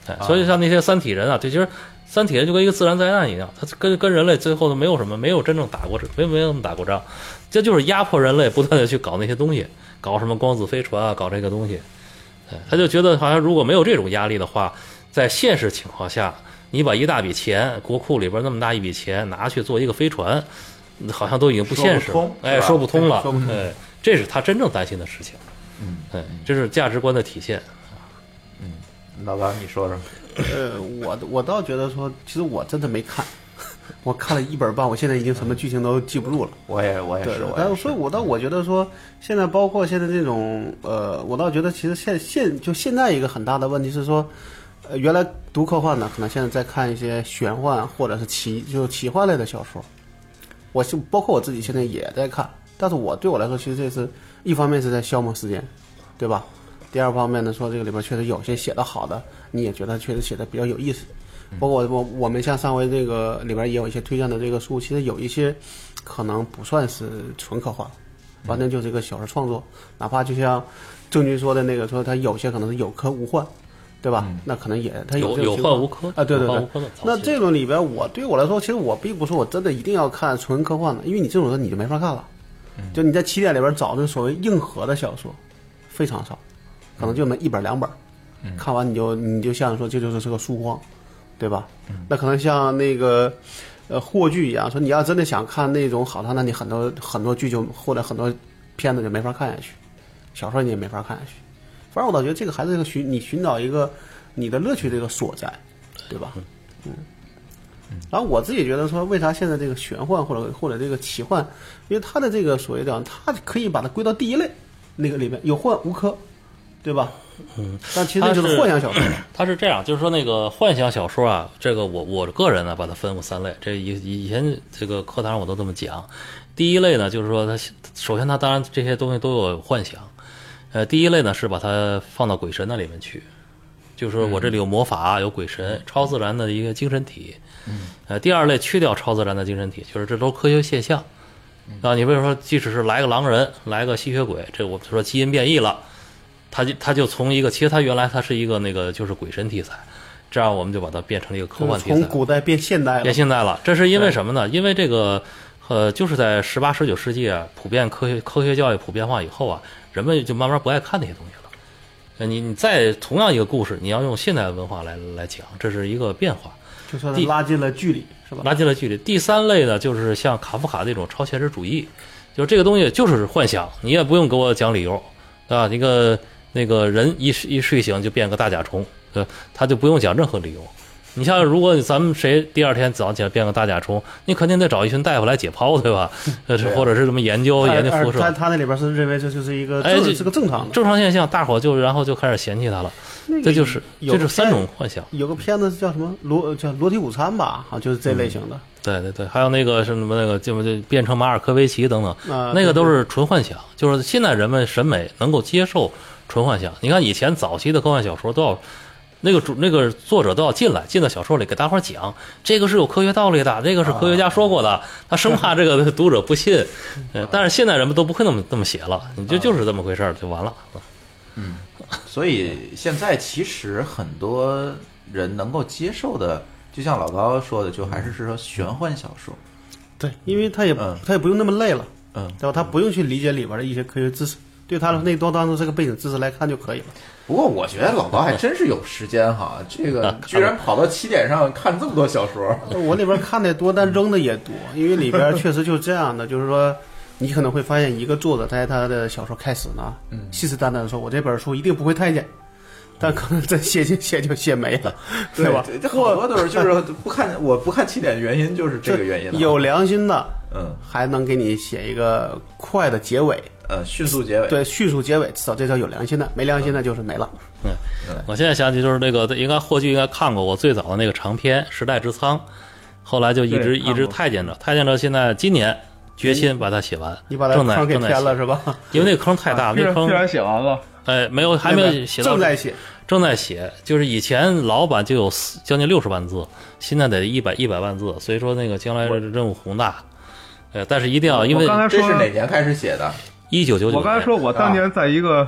哎，所以像那些三体人啊，这其实三体人就跟一个自然灾难一样，他跟跟人类最后都没有什么，没有真正打过，没没有打过仗，这就是压迫人类不断的去搞那些东西，搞什么光子飞船啊，搞这个东西。哎，他就觉得好像如果没有这种压力的话，在现实情况下，你把一大笔钱，国库里边那么大一笔钱拿去做一个飞船，好像都已经不现实，哎，说不通了，哎，这是他真正担心的事情。嗯，哎，这是价值观的体现。 嗯，老高，你说说。 呃，我我倒觉得说，其实我真的没看，我看了一本半，我现在已经什么剧情都记不住了。 我也我也是， 但是所以，我倒我觉得说，现在包括现在这种呃，我倒觉得其实现现就现在一个很大的问题是说，呃，原来读科幻呢，可能现在在看一些玄幻或者是奇就奇幻类的小说，我是包括我自己现在也在看，但是我对我来说，其实这是一方面是在消磨时间，对吧？第二方面呢，说这个里边确实有些写的好的，你也觉得确实写的比较有意思。包括我我们像上回这个里边也有一些推荐的这个书，其实有一些可能不算是纯科幻，完全就是一个小说创作。哪怕就像郑钧说的那个，说他有些可能是有科无幻，对吧？嗯、那可能也他有有幻无科啊，对对对。那这种里边，我对我来说，其实我并不是我真的一定要看纯科幻的，因为你这种人你就没法看了。就你在起点里边找那所谓硬核的小说，非常少。可能就那么一本两本，看完你就你就像说这就是个书荒，对吧？那可能像那个呃货剧一样，说你要真的想看那种好的，那你很多很多剧就或者很多片子就没法看下去，小说你也没法看下去。反正我倒觉得这个还是个寻你寻找一个你的乐趣这个所在，对吧？嗯。然后我自己觉得说，为啥现在这个玄幻或者或者这个奇幻，因为它的这个所谓的，它可以把它归到第一类那个里面，有幻无科。对吧？ 嗯， 但其实就是幻想小说。 它是这样，就是说那个幻想小说啊，这个我我个人呢把它分为三类。这以以前这个课堂上我都这么讲。第一类呢，就是说它首先它当然这些东西都有幻想。呃，第一类呢是把它放到鬼神那里面去，就是说我这里有魔法，有鬼神，超自然的一个精神体。嗯。呃，第二类去掉超自然的精神体，就是这都科学现象。啊，你比如说，即使是来个狼人，来个吸血鬼，这我们说基因变异了。他就他就从一个，其实他原来他是一个那个就是鬼神题材，这样我们就把它变成了一个科幻题材， 从古代变现代了， 变现代了。这是因为什么呢？因为这个呃，就是在十八、十九世纪啊，普遍科学科学教育普遍化以后啊，人们就慢慢不爱看那些东西了。呃，你你在同样一个故事，你要用现代文化来来讲，这是一个变化， 就说拉近了距离，是吧？ 拉近了距离。第三类呢，就是像卡夫卡这种超现实主义，就是这个东西就是幻想，你也不用给我讲理由，对吧？一个。那个人一一睡醒就变个大甲虫，对，他就不用讲任何理由。你像如果咱们谁第二天早上起来变个大甲虫，你肯定得找一群大夫来解剖，对吧？呃、啊，或者是什么研究研究辐射。 他他那里边是认为这就是一个， 哎， 这是个正常的正常现象，大伙就然后就开始嫌弃他了。那个、这就是这是三种幻想。 有个片子叫什么裸叫裸体午餐吧，好像就是这类型的。 嗯、对对对，还有那个什么那个就就变成马尔科维奇等等，呃、那个都是纯幻想。就是现在人们审美能够接受。纯幻想，你看以前早期的科幻小说都要，那个主那个作者都要进来，进到小说里给大伙儿讲，这个是有科学道理的，这个是科学家说过的，他生怕这个读者不信。呃，但是现在人们都不会那么这么写了，你就就是这么回事儿就完了。 嗯，所以现在其实很多人能够接受的，就像老高说的，就还是说玄幻小说。 对，因为他也、嗯、他也不用那么累了， 嗯， 对吧？他不用去理解里边的一些科学知识。对他那都当成这个背景知识来看就可以了。 不过我觉得老高还真是有时间哈，这个居然跑到起点上看这么多小说。 我里边看的多，但扔的也多，因为里边确实就是这样的，就是说你可能会发现一个作者在他的小说开始呢，嗯，信誓旦旦的说，我这本书一定不会太监。但可能这写写写就写没了， 对吧？ 这好多都是就是不看，我不看起点的原因就是这个原因。 有良心的， 嗯， 还能给你写一个快的结尾， 呃，迅速结尾。 对，迅速结尾，至少这叫有良心的。没良心的就是没了。 嗯，我现在想起就是那个应该霍炬应该看过我最早的那个长篇《时代之仓》，后来就一直一直太监者，太监者现在今年决心把它写完， 你把它坑给填了是吧？ 因为那个坑太大了，那坑居然写完了。 哎，没有，还没有写到， 正在写， 正在写。就是以前老版就有将近六十万字，现在得一百一百万字，所以说那个将来任务宏大。呃，但是一定要，因为刚才说这是哪年开始写的？ 一九九九。 我刚才说我当年在一个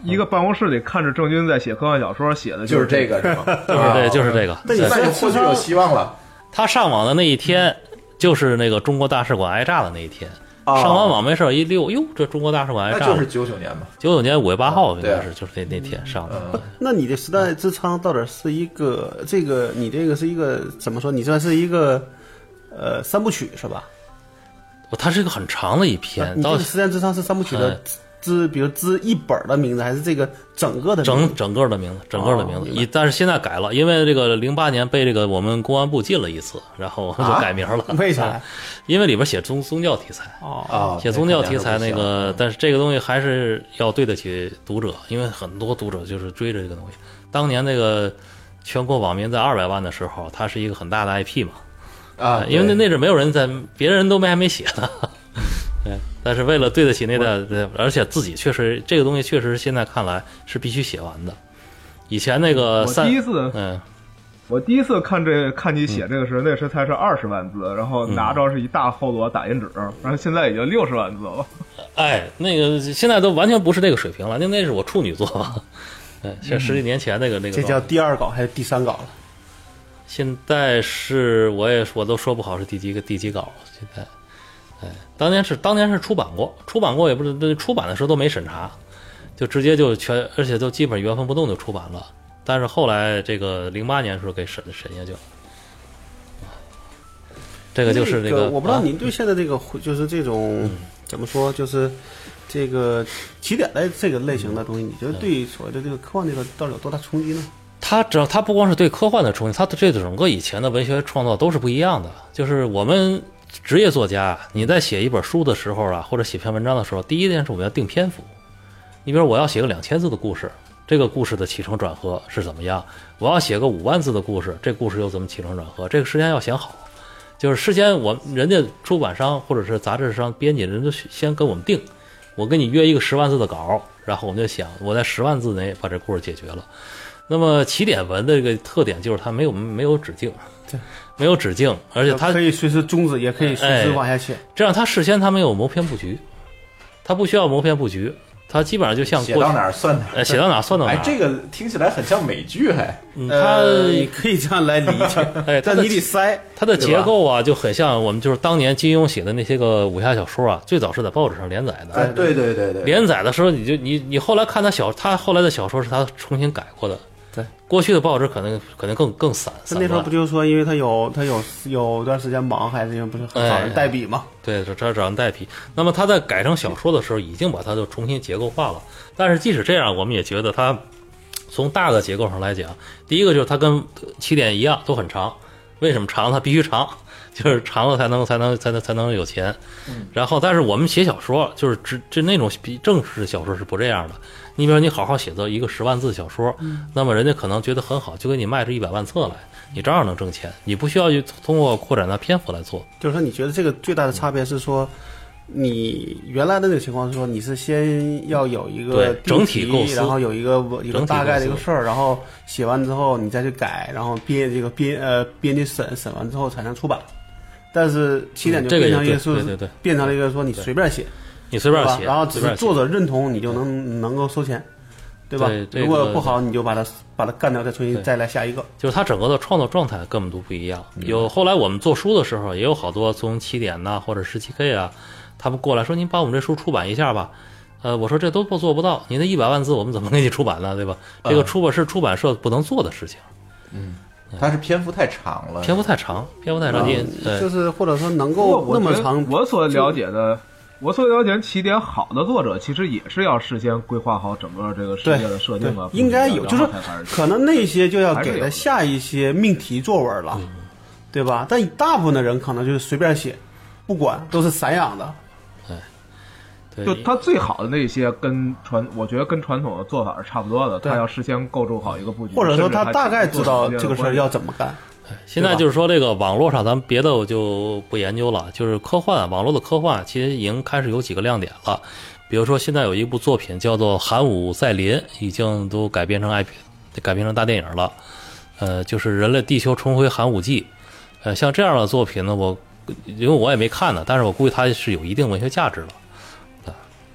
一个办公室里看着郑钧在写科幻小说，写的就是这这个是吗？ 就是这就是这个。 那你那就或许有希望了。 他上网的那一天，就是那个中国大使馆挨炸的那一天。 哦上完网没事一溜，哟，这中国大使馆挨炸了。 那就是九九年嘛， 九九年五月八号应对啊该是，就是那那天上的。 嗯那你的时代之窗到底是一个这个你这个是一个怎么说？你算是一个呃三部曲是吧？ 它是一个很长的一篇，到你这个时代之窗是三部曲的之，比如之一本的名字，还是这个整个的名整字？ 整个的名字，整个的名字。 哦明白一但是现在改了，因为这个零八年被这个我们公安部禁了一次，然后我们就改名了。 为啥？ 因为里边写宗宗教题材。 哦， 啊， 写宗教题材那那个，但是这个东西还是要对得起读者，因为很多读者就是追着这个东西。当年那个全国网民在二百万的时候，它是一个很大的 I P 嘛， 啊， 因为那那阵没有人在，别人都没还没写呢。对，但是为了对得起那代，对，而且自己确实这个东西确实现在看来是必须写完的。以前那个我三第一次， 嗯， 我第一次看这看你写这个时，那时才是二十万字，然后拿着是一大厚摞打印纸，然后现在已经六十万字了。 哎，那个现在都完全不是这个水平了，那那是我处女作。对，这十几年前那个那个这叫第二稿还是第三稿了？ 现在是我也我都说不好是第几个第几稿了。现在，哎，当年是当年是出版过，出版过也不是那出版的时候都没审查，就直接就全，而且都基本原封不动就出版了。但是后来这个零八年时候给审审下去了。这个就是这个， 个， 我不知道啊您对现在这个就是这种怎么说，就是这个起点的这个类型的东西，你觉得对所谓的这个科幻这个到底有多大冲击呢？ 它只它不光是对科幻的冲击，它对整个以前的文学创作都是不一样的。就是我们职业作家，你在写一本书的时候啊，或者写篇文章的时候，第一件事我们要定篇幅。你比如我要写个两千字的故事，这个故事的起承转合是怎么样？我要写个五万字的故事，这故事又怎么起承转合？这个事先要想好。就是事先我人家出版商或者是杂志商编辑人就先跟我们定，我跟你约一个十万字的稿，然后我们就想我在十万字内把这故事解决了。那么起点文的这个特点就是它没有没有止境， 对， 没有止境，而且它可以随时终止，也可以随时往下写。 这样它事先它没有谋篇布局，它不需要谋篇布局，它基本上就像写到哪儿算哪儿， 呃，写到哪儿算到哪儿。 哎，这个听起来很像美剧，还嗯呃， 它你可以这样来理解， 哎，它的但你得塞它的结构啊，就很像我们就是当年金庸写的那些个武侠小说啊，最早是在报纸上连载的。 哎，对对对对， 连载的时候，你就你你后来看他小，他后来的小说是他重新改过的。 对， 过去的报纸可能可能更更散。 他那时候不就是说，因为他有他有有段时间忙，还是因为不是找人代笔嘛？ 对，这这找人代笔。那么他在改成小说的时候，已经把它就重新结构化了。但是即使这样，我们也觉得它从大的结构上来讲，第一个就是它跟起点一样都很长。为什么长？它必须长，就是长了才能才能才能才能有钱。然后，但是我们写小说，就是只就那种比正式小说是不这样的。你比如你好好写作一个十万字小说，那么人家可能觉得很好，就给你卖出一百万册来，你照样能挣钱。你不需要去通过扩展它篇幅来做。 就是说，你觉得这个最大的差别是说，你原来的那个情况是说，你是先要有一个对整体构思， 然后有一个一个大概的一个事儿，然后写完之后你再去改，然后编这个编呃编辑审审完之后才能出版。但是起点就变成一个说， 对对对， 变成了一个说你随便写， 你随便写， 然后只是作者认同，你就能能够收钱。对吧？ 对， 如果不好，你就把它把它干掉，再重新再来下一个。 就是它整个的创作状态根本都不一样。有后来我们做书的时候，也有好多从起点呐、啊、或者十七 K 啊，他们过来说：“您把我们这书出版一下吧。”呃，我说这都做不到，你那一百万字我们怎么给你出版呢？对吧？这个出版是出版社不能做的事情。 嗯，它是篇幅太长了， 篇幅太长，篇幅太长，你就是或者说能够那么长。 我所了解的。我所了解起点好的作者，其实也是要事先规划好整个这个世界的设定啊， 应该有，就是可能那些就要给他下一些命题作文了，对吧？但大部分的人可能就是随便写，不管都是散养的。 对， 就他最好的那些跟传，我觉得跟传统的做法是差不多的。他要事先构筑好一个布局， 或者说他大概知道这个事儿要怎么干。 现在就是说，这个网络上，咱们别的我就不研究了。就是科幻，网络的科幻，其实已经开始有几个亮点了。比如说，现在有一部作品叫做《寒武再临》，已经都改编成 I P， 改编成大电影了。呃，就是人类地球重回寒武纪。呃，像这样的作品呢，我因为我也没看呢，但是我估计它是有一定文学价值的。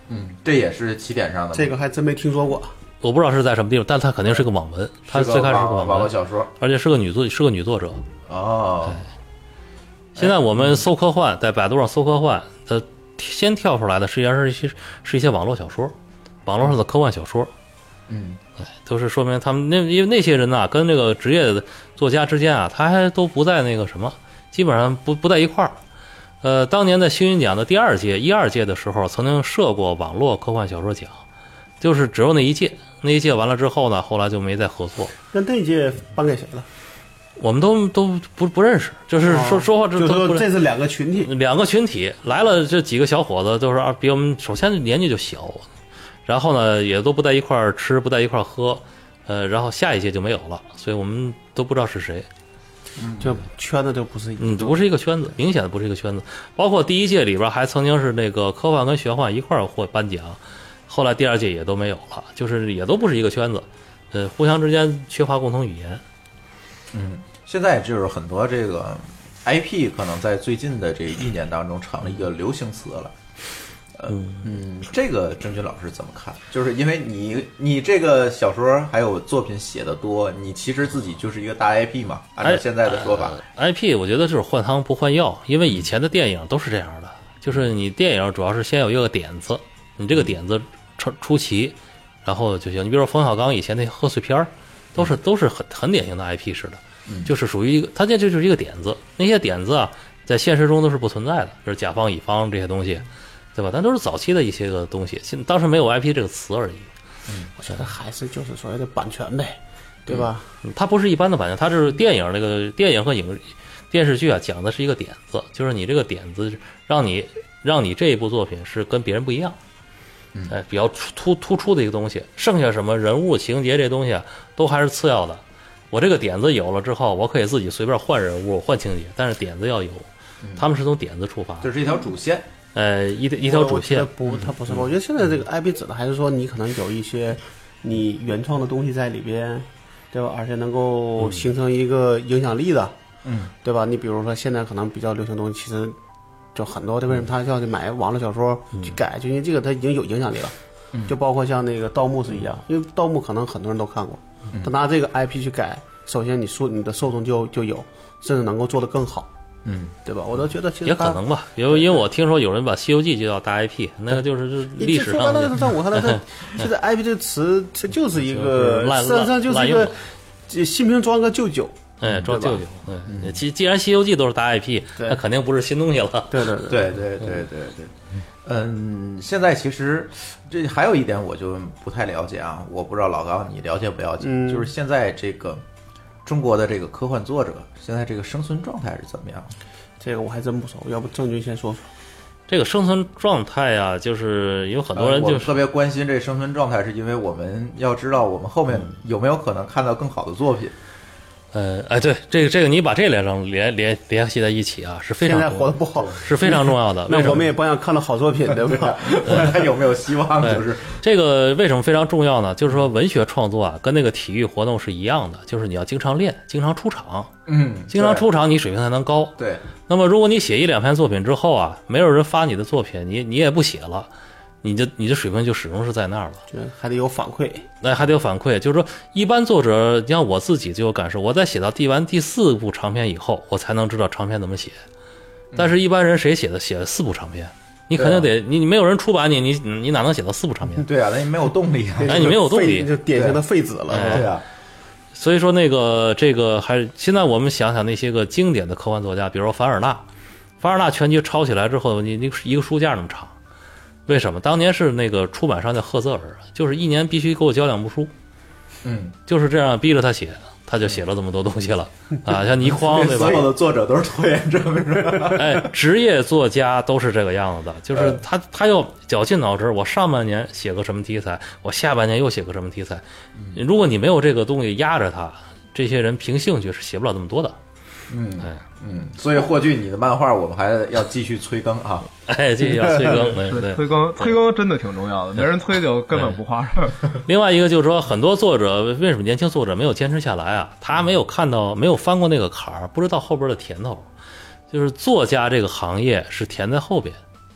嗯，这也是起点上的吗。 这个还真没听说过。 我不知道是在什么地方，但它肯定是个网文，它最开始是个网网络文小说， 而且是个女作，是个女作者。 哦， 现在我们搜科幻，在百度上搜科幻，它先跳出来的实际上是一些是一些网络小说，网络上的科幻小说。 嗯， 都是说明他们那因为那些人呐、跟这个职业的作家之间啊，他还都不在那个什么，基本上不不在一块儿。呃，当年在星云奖的第二届、一二届的时候，曾经设过网络科幻小说奖，就是只有那一届，那一届完了之后呢，后来就没再合作。 那那一届颁给谁了？ 我们都都不不认识，就是说、 哦、 说话这就都不认说这是两个群体， 两个群体来了，这几个小伙子都是啊比我们首先年纪就小，然后呢也都不在一块儿吃，不在一块儿喝，呃，然后下一届就没有了，所以我们都不知道是谁。 就圈子就不是一嗯，不是一个圈子，明显的不是一个圈子。包括第一届里边还曾经是那个科幻跟玄幻一块儿获颁奖，后来第二届也都没有了，就是也都不是一个圈子，呃，互相之间缺乏共同语言。 嗯，现在就是很多这个 I P 可能在最近的这一年当中成了一个流行词了。呃嗯，这个郑钧老师怎么看？就是因为你你这个小说还有作品写的多，你其实自己就是一个大 I P 嘛，按照现在的说法、 呃、，I P 我觉得就是换汤不换药，因为以前的电影都是这样的，就是你电影主要是先有一个点子，你这个点子出出齐，然后就行。你比如说冯小刚以前那些贺岁片儿，都是都是很很典型的 I P 式的，就是属于一个，它这就是一个点子，那些点子啊，在现实中都是不存在的，就是甲方乙方这些东西。对吧？但都是早期的一些个东西，现当时没有 I P 这个词而已。 嗯，我觉得还是就是所谓的版权呗，对吧？ 嗯、它不是一般的版权，它是电影那个电影和影电视剧啊，讲的是一个点子，就是你这个点子让你让你这一部作品是跟别人不一样， 嗯， 哎，比较突突出的一个东西。剩下什么人物情节这东西啊，都还是次要的。我这个点子有了之后，我可以自己随便换人物、换情节，但是点子要有，他们是从点子出发， 就是一条主线。 呃，一一条主线不，它不是。我觉得现在这个 I P 指的还是说你可能有一些你原创的东西在里边，对吧？而且能够形成一个影响力的， 嗯， 对吧？你比如说现在可能比较流行的东西，其实就很多的，为什么他要去买网络小说去改？就因为这个它已经有影响力了。就包括像那个盗墓是一样，因为盗墓可能很多人都看过，他拿这个 I P 去改，首先你受你的受众就就有，甚至能够做得更好。 嗯， 对吧？我都觉得其实也可能吧，因为因为我听说有人把《西游记》就叫大 I P， 那个就是就是历史上的。 在我看来，它现在 I P 这个词，这就是一个，实际上就是一个新瓶装个旧酒。 哎，装旧酒。嗯，既既然《西游记》都是大 I P， 那肯定不是新东西了。 对对对对对对对对。嗯，现在其实这还有一点我就不太了解啊，我不知道老高你了解不了解？ 嗯、 就是现在这个。中国的这个科幻作者现在这个生存状态是怎么样？ 这个我还真不熟，要不郑钧先说说。 这个生存状态呀，就是有很多人就、 呃、我特别关心这生存状态，是因为我们要知道我们后面有没有可能看到更好的作品。 呃，哎，对，这个这个你把这两张联联联系在一起啊，是非常现在活得不好， 是非常重要的。 那我们也不想看到好作品，对吧？ 还有没有希望？就是这个为什么非常重要呢？就是说文学创作啊，跟那个体育活动是一样的，就是你要经常练，经常出场， 嗯， 经常出场，你水平才能高。 对。 那么如果你写一两篇作品之后啊，没有人发你的作品，你你也不写了。你的你的水平就始终是在那儿了， 就还得有反馈， 那还得有反馈。就是说，一般作者，你像我自己就有感受，我在写到第完第四部长篇以后，我才能知道长篇怎么写。但是，一般人谁写的写了四部长篇，你肯定得你你没有人出版你，你你哪能写到四部长篇？ 对啊，那你没有动力啊， 哎，你没有动力， 就典型的废纸了， 对啊。 所以说，那个这个还现在我们想想那些个经典的科幻作家，比如说凡尔纳，凡尔纳全集抄起来之后，你你一个书架那么长。为什么？当年是那个出版商叫赫泽尔，就是一年必须给我交两部书， 嗯， 就是这样逼着他写，他就写了这么多东西了啊，像倪匡对吧？ 所有的作者都是拖延症，是吧？ 哎，职业作家都是这个样子的，就是他他要绞尽脑汁，我上半年写个什么题材，我下半年又写个什么题材。如果你没有这个东西压着他，这些人凭兴趣是写不了那么多的。 嗯，哎，嗯，所以霍炬你的漫画我们还要继续催更啊！ 哎，继续要催更，对对， 催更催更真的挺重要的，没人催就根本不划算。 另外一个就是说，很多作者为什么年轻作者没有坚持下来啊？他没有看到，没有翻过那个坎儿，不知道后边的甜头。就是作家这个行业是甜在后边，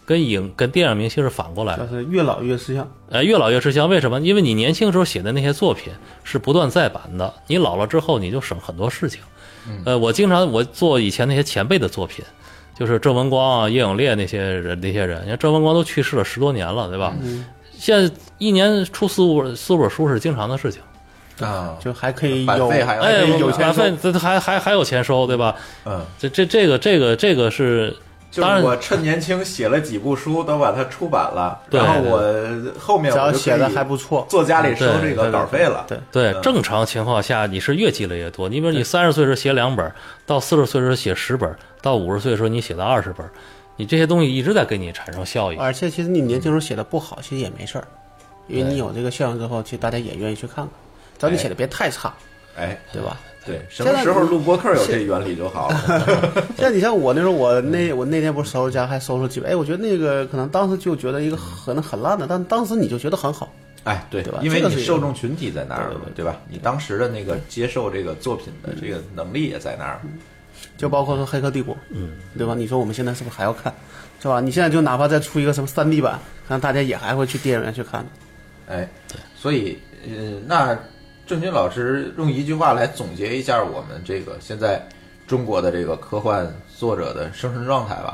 跟影跟电影明星是反过来的， 就是越老越吃香。 呃，越老越吃香。为什么？因为你年轻时候写的那些作品是不断再版的，你老了之后你就省很多事情。呃，我经常我做以前那些前辈的作品，就是郑文光啊、叶永烈那些人，那些人，你看郑文光都去世了十多年了，对吧？嗯、现在一年出四五四五本书是经常的事情。 啊， 就还可以有版费还有哎， 有版费这还还还有钱收，对吧？ 嗯， 这这这个这个这个是， 就是我趁年轻写了几部书，都把它出版了，然后我后面只要写的还不错， 坐家里收这个稿费了。 对对，对，正常情况下你是越积累越多。你比如你三十岁时写两本，到四十岁时写十本，到五十岁的时候你写到二十本，你这些东西一直在给你产生效益。 而且其实你年轻时候写的不好，其实也没事儿，因为你有这个效应之后，其实大家也愿意去看看。只要你写的别太差， 哎， 对吧？ 对，什么时候录播客有这原理就好了。 像你像我那时候，我那我那天不是收拾家还收拾几本，哎，我觉得那个可能当时就觉得一个可能很烂的，但当时你就觉得很好。 哎，对， 对吧？ 因为你受众群体在那儿了，对吧？你当时的那个接受这个作品的这个能力也在那儿。 就包括说《黑客帝国》，嗯，对吧？你说我们现在是不是还要看，是吧？你现在就哪怕再出一个什么三 D 版，可能大家也还会去电影院去看。 哎，所以呃，那。郑钧老师用一句话来总结一下我们这个现在中国的这个科幻作者的生存状态吧。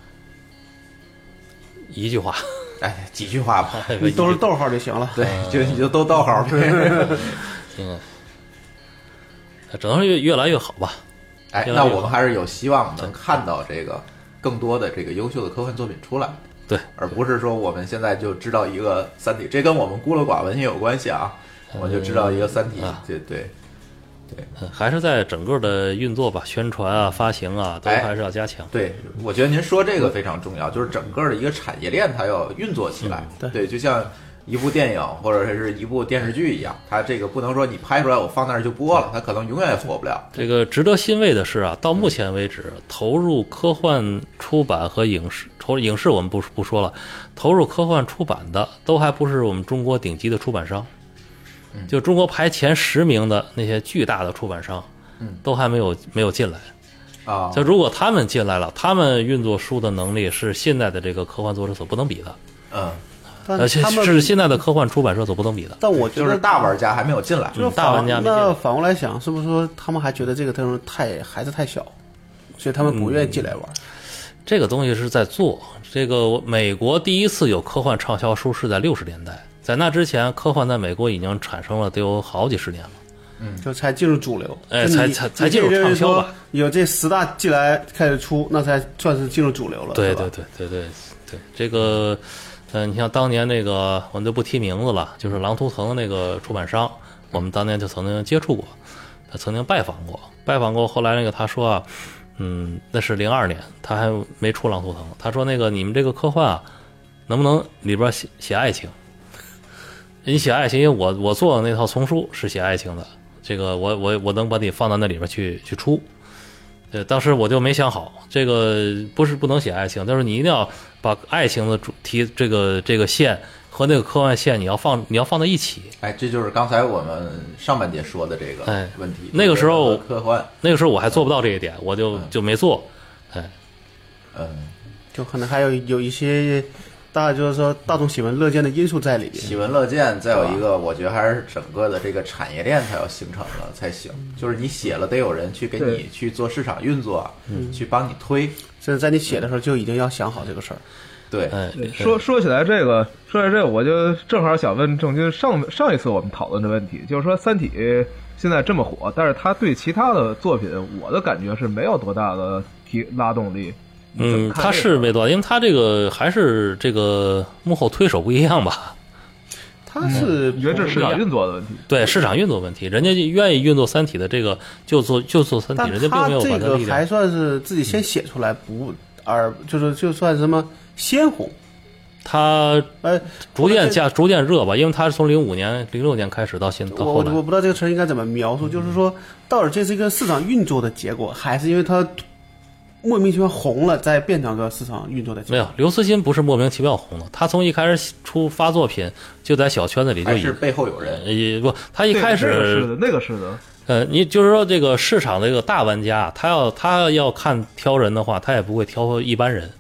一句话， 哎，几句话吧， 你都是逗号就行了。 对，就你就都逗号。 嗯，只能是越越来越好吧。 哎，那我们还是有希望能看到这个更多的这个优秀的科幻作品出来。 对， 而不是说我们现在就知道一个《三体》，这跟我们孤陋寡闻也有关系啊。我就知道一个《三体》，对对对， 还是在整个的运作吧，宣传啊、发行啊，都还是要加强。 哎、对，我觉得您说这个非常重要，就是整个的一个产业链它要运作起来。 嗯、 对，就像一部电影或者是一部电视剧一样，它这个不能说你拍出来我放那儿就播了，它可能永远也火不了。 这个值得欣慰的是啊，到目前为止，投入科幻出版和影视，投影视我们不不说了，投入科幻出版的都还不是我们中国顶级的出版商。就中国排前十名的那些巨大的出版商，嗯，都还没有没有进来啊。 就如果他们进来了，他们运作书的能力是现在的这个科幻作者所不能比的， 嗯， 而且是现在的科幻出版社所不能比的。 但我觉得就是大玩家还没有进来， 就是大玩家没进来。 那反过来想，是不是说他们还觉得这个东西太孩子太小，所以他们不愿意进来玩？嗯、 这个东西是在做。这个美国第一次有科幻畅销书是在六十年代。在那之前，科幻在美国已经产生了得有好几十年了， 嗯，就才进入主流， 哎，才才才进入畅销吧。 有这十大进来开始出，那才算是进入主流了。 对对对对对对，这个，呃，你像当年那个，我们就不提名字了，就是狼图腾的那个出版商，我们当年就曾经接触过，他曾经拜访过，拜访过。后来那个他说啊，嗯，那是零二年，他还没出狼图腾，他说那个你们这个科幻啊，能不能里边写写爱情？你写爱情，因为我我做的那套丛书是写爱情的，这个我我我能把你放到那里边去去出。呃，当时我就没想好，这个不是不能写爱情，但是你一定要把爱情的主题这个这个线和那个科幻线你要放你要放在一起。 哎，这就是刚才我们上半节说的这个问题。 哎、那个时候科幻， 那个时候我还做不到这一点，我就就没做。哎， 嗯， 就可能还有有一些。大家就是说，大众喜闻乐见的因素在里边。 喜闻乐见，再有一个，我觉得还是整个的这个产业链它要形成了才行。就是你写了，得有人去给你去做市场运作，嗯，去帮你推。 甚至在你写的时候就已经要想好这个事儿。 对， 说说起来这个，说起来这个，我就正好想问郑钧，上上一次我们讨论的问题，就是说《三体》现在这么火，但是它对其他的作品，我的感觉是没有多大的提拉动力。 嗯，他是没多，因为他这个还是这个幕后推手不一样吧？ 他是你觉得这是市场运作的问题？ 对，市场运作问题，人家愿意运作三体的这个就做就做三体，人家并没有把它这个还算是自己先写出来，不而就是就算什么鲜红。 他呃逐渐加逐渐热吧，因为他是从零五年零六年开始到现到后来， 我我不知道这个词应该怎么描述，就是说到底这是一个市场运作的结果，还是因为它莫名其妙红了，再变成个市场运作的结果？ 没有，刘慈欣不是莫名其妙红的，他从一开始出发作品就在小圈子里就还是背后有人， 也不，他一开始那个是的，那个是的。 呃，你就是说这个市场的这个大玩家，他要他要看挑人的话，他也不会挑一般人。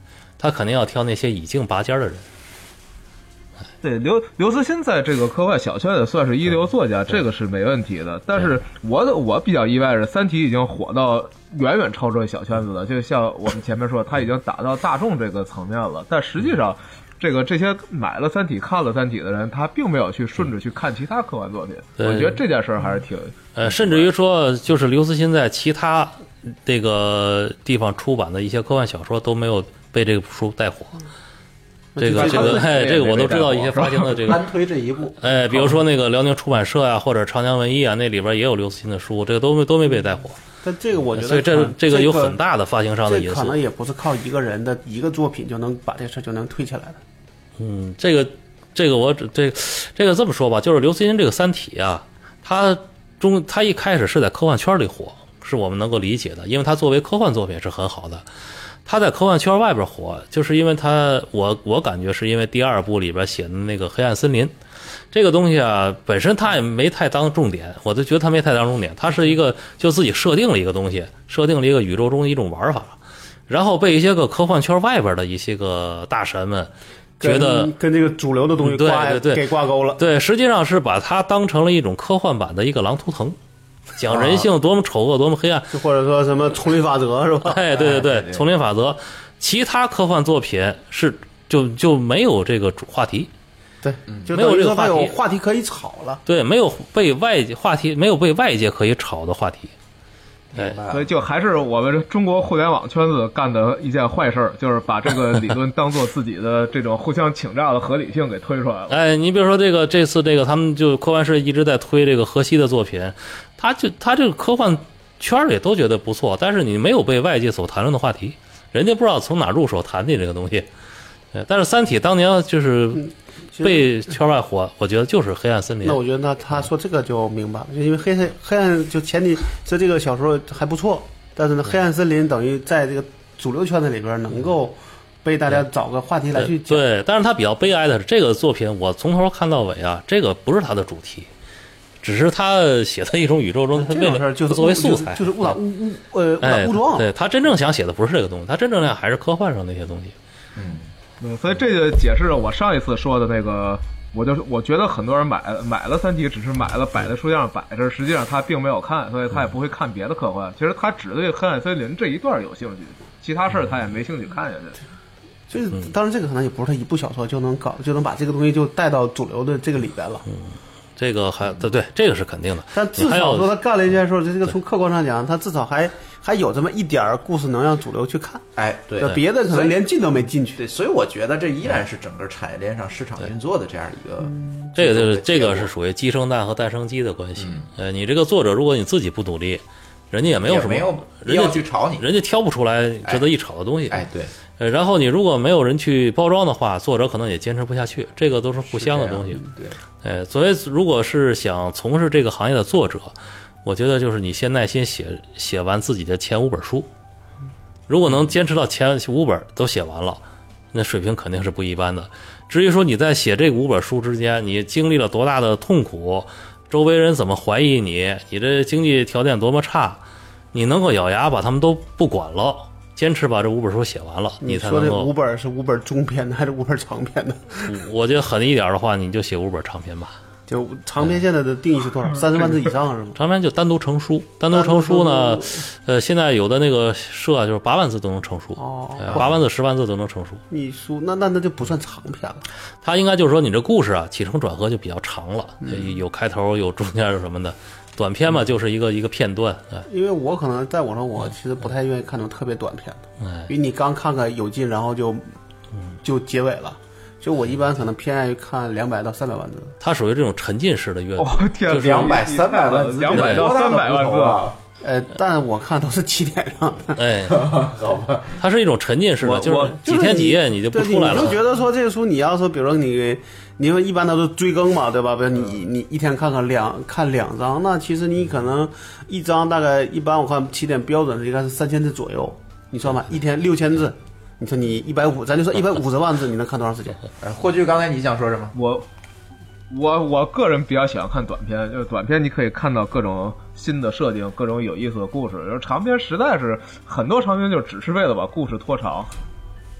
他肯定要挑那些已经拔尖的人。 对，刘刘慈欣在这个科幻小圈子算是一流作家，这个是没问题的。但是我我比较意外是，《三体》已经火到远远超出小圈子了，就像我们前面说，他已经打到大众这个层面了。但实际上，这个这些买了《三体》看了《三体》的人，他并没有去顺着去看其他科幻作品。我觉得这件事儿还是挺呃，甚至于说，就是刘慈欣在其他这个地方出版的一些科幻小说都没有被这个书带火。这个这个哎，这个我都知道一些发行的这个单推这一部， 哎，比如说那个辽宁出版社呀、啊，或者长江文艺啊，那里边也有刘慈欣的书，这个都没都没被带火。 但这个我觉得， 所以这这个有很大的发行商的因素， 这可能也不是靠一个人的一个作品就能把这事就能推起来的。 嗯，这个这个我这个这个这么说吧，就是刘慈欣这个《三体》啊，他中他一开始是在科幻圈里火，是我们能够理解的，因为他作为科幻作品是很好的。他在科幻圈外边火，就是因为他，我我感觉是因为第二部里边写的那个黑暗森林，这个东西啊，本身他也没太当重点，我就觉得他没太当重点，他是一个就自己设定了一个东西，设定了一个宇宙中的一种玩法，然后被一些个科幻圈外边的一些个大神们觉得跟, 跟这个主流的东西挂、 对对对给挂钩了， 对，实际上是把它当成了一种科幻版的一个狼图腾。讲人性多么丑恶，多么黑暗， 就或者说什么丛林法则是吧？ 哎，对对对，丛林法则。其他科幻作品是就就没有这个主话题， 对，就没有这个话题， 有话题可以炒了。 对，没有被外界话题，没有被外界可以炒的话题。哎， 所以就还是我们中国互联网圈子干的一件坏事，就是把这个理论当做自己的这种互相请诈的合理性给推出来了。 哎，你比如说这个这次这个他们就科幻社一直在推这个荷西的作品，他就他这个科幻圈里都觉得不错，但是你没有被外界所谈论的话题，人家不知道从哪入手谈你这个东西。但是《三体》当年就是被圈外火，我觉得就是黑暗森林。 那我觉得他他说这个就明白了，就因为黑暗黑暗就前提是这个小说还不错，但是呢，黑暗森林等于在这个主流圈子里边能够被大家找个话题来去讲。 对，但是他比较悲哀的是，这个作品我从头看到尾啊，这个不是他的主题，只是他写的一种宇宙中，他为了就是作为素材， 就是误打误误呃误打误撞。 对，他真正想写的不是这个东西，他真正想还是科幻上那些东西。 嗯。嗯，所以这就解释了我上一次说的那个，我就是我觉得很多人买买了《三体》，只是买了摆在书架上摆着，实际上他并没有看，所以他也不会看别的科幻。其实他只对黑暗森林这一段有兴趣，其他事儿他也没兴趣看下去。 所以，当然这个可能也不是他一部小说就能搞，就能把这个东西就带到主流的这个里边了。 嗯，这个还对对，这个是肯定的。 但至少说他干了一件事，这个从客观上讲，他至少还还有这么一点故事能让主流去看。 哎，对， 别的可能连进都没进去。 对，所以我觉得这依然是整个产业链上市场运作的这样一个。 这个就是这个是属于鸡生蛋和蛋生鸡的关系。嗯、呃，你这个作者，如果你自己不努力，人家也没有什么， 没有人家去炒你， 人家挑不出来值得一炒的东西。 哎，哎对。 呃，然后你如果没有人去包装的话，作者可能也坚持不下去，这个都是互相的东西。 对， 呃，所以如果是想从事这个行业的作者，我觉得就是你先耐心写写完自己的前五本书，如果能坚持到前五本都写完了，那水平肯定是不一般的。至于说你在写这五本书之间，你经历了多大的痛苦，周围人怎么怀疑你，你这经济条件多么差，你能够咬牙把他们都不管了。坚持把这五本书写完了，你才能够。 你说这五本是五本中篇的还是五本长篇的？ 我觉得狠一点的话，你就写五本长篇吧。 就长篇现在的定义是多少？三十万字以上是吗？ 长篇就单独成书，单独成书呢，呃，现在有的那个社就是八万字都能成书，哦，八万字、十万字都能成书。 你书那那那就不算长篇了。 它应该就是说你这故事啊，起承转合就比较长了， 嗯、 有开头、有中间、有什么的。短篇嘛，就是一个一个片段。 因为我可能在网上，我其实不太愿意看那种特别短片的，因为你刚看看有劲，然后就就结尾了。就我一般可能偏爱于看两百到三百万字。 它属于这种沉浸式的阅读。 哦天， 两百三百万字， 两百到三百万字啊！ 呃，但我看都是起点上的。 哎，好吧，它是一种沉浸式的，就是几天几夜你就不出来了。 你就觉得说这个书，你要说，比如说你。你说一般都是追更嘛，对吧？比如你你一天看看两看两章，那其实你可能一章大概一般我看起点标准是应该是三千字左右，你说嘛，一天六千字，你说你一百五，咱就说一百五十万字，你能看多长时间？ 霍炬，刚才你想说什么？ 我我我个人比较喜欢看短片，就是短片你可以看到各种新的设定，各种有意思的故事。然后长篇实在是很多长篇就只是为了把故事拖长。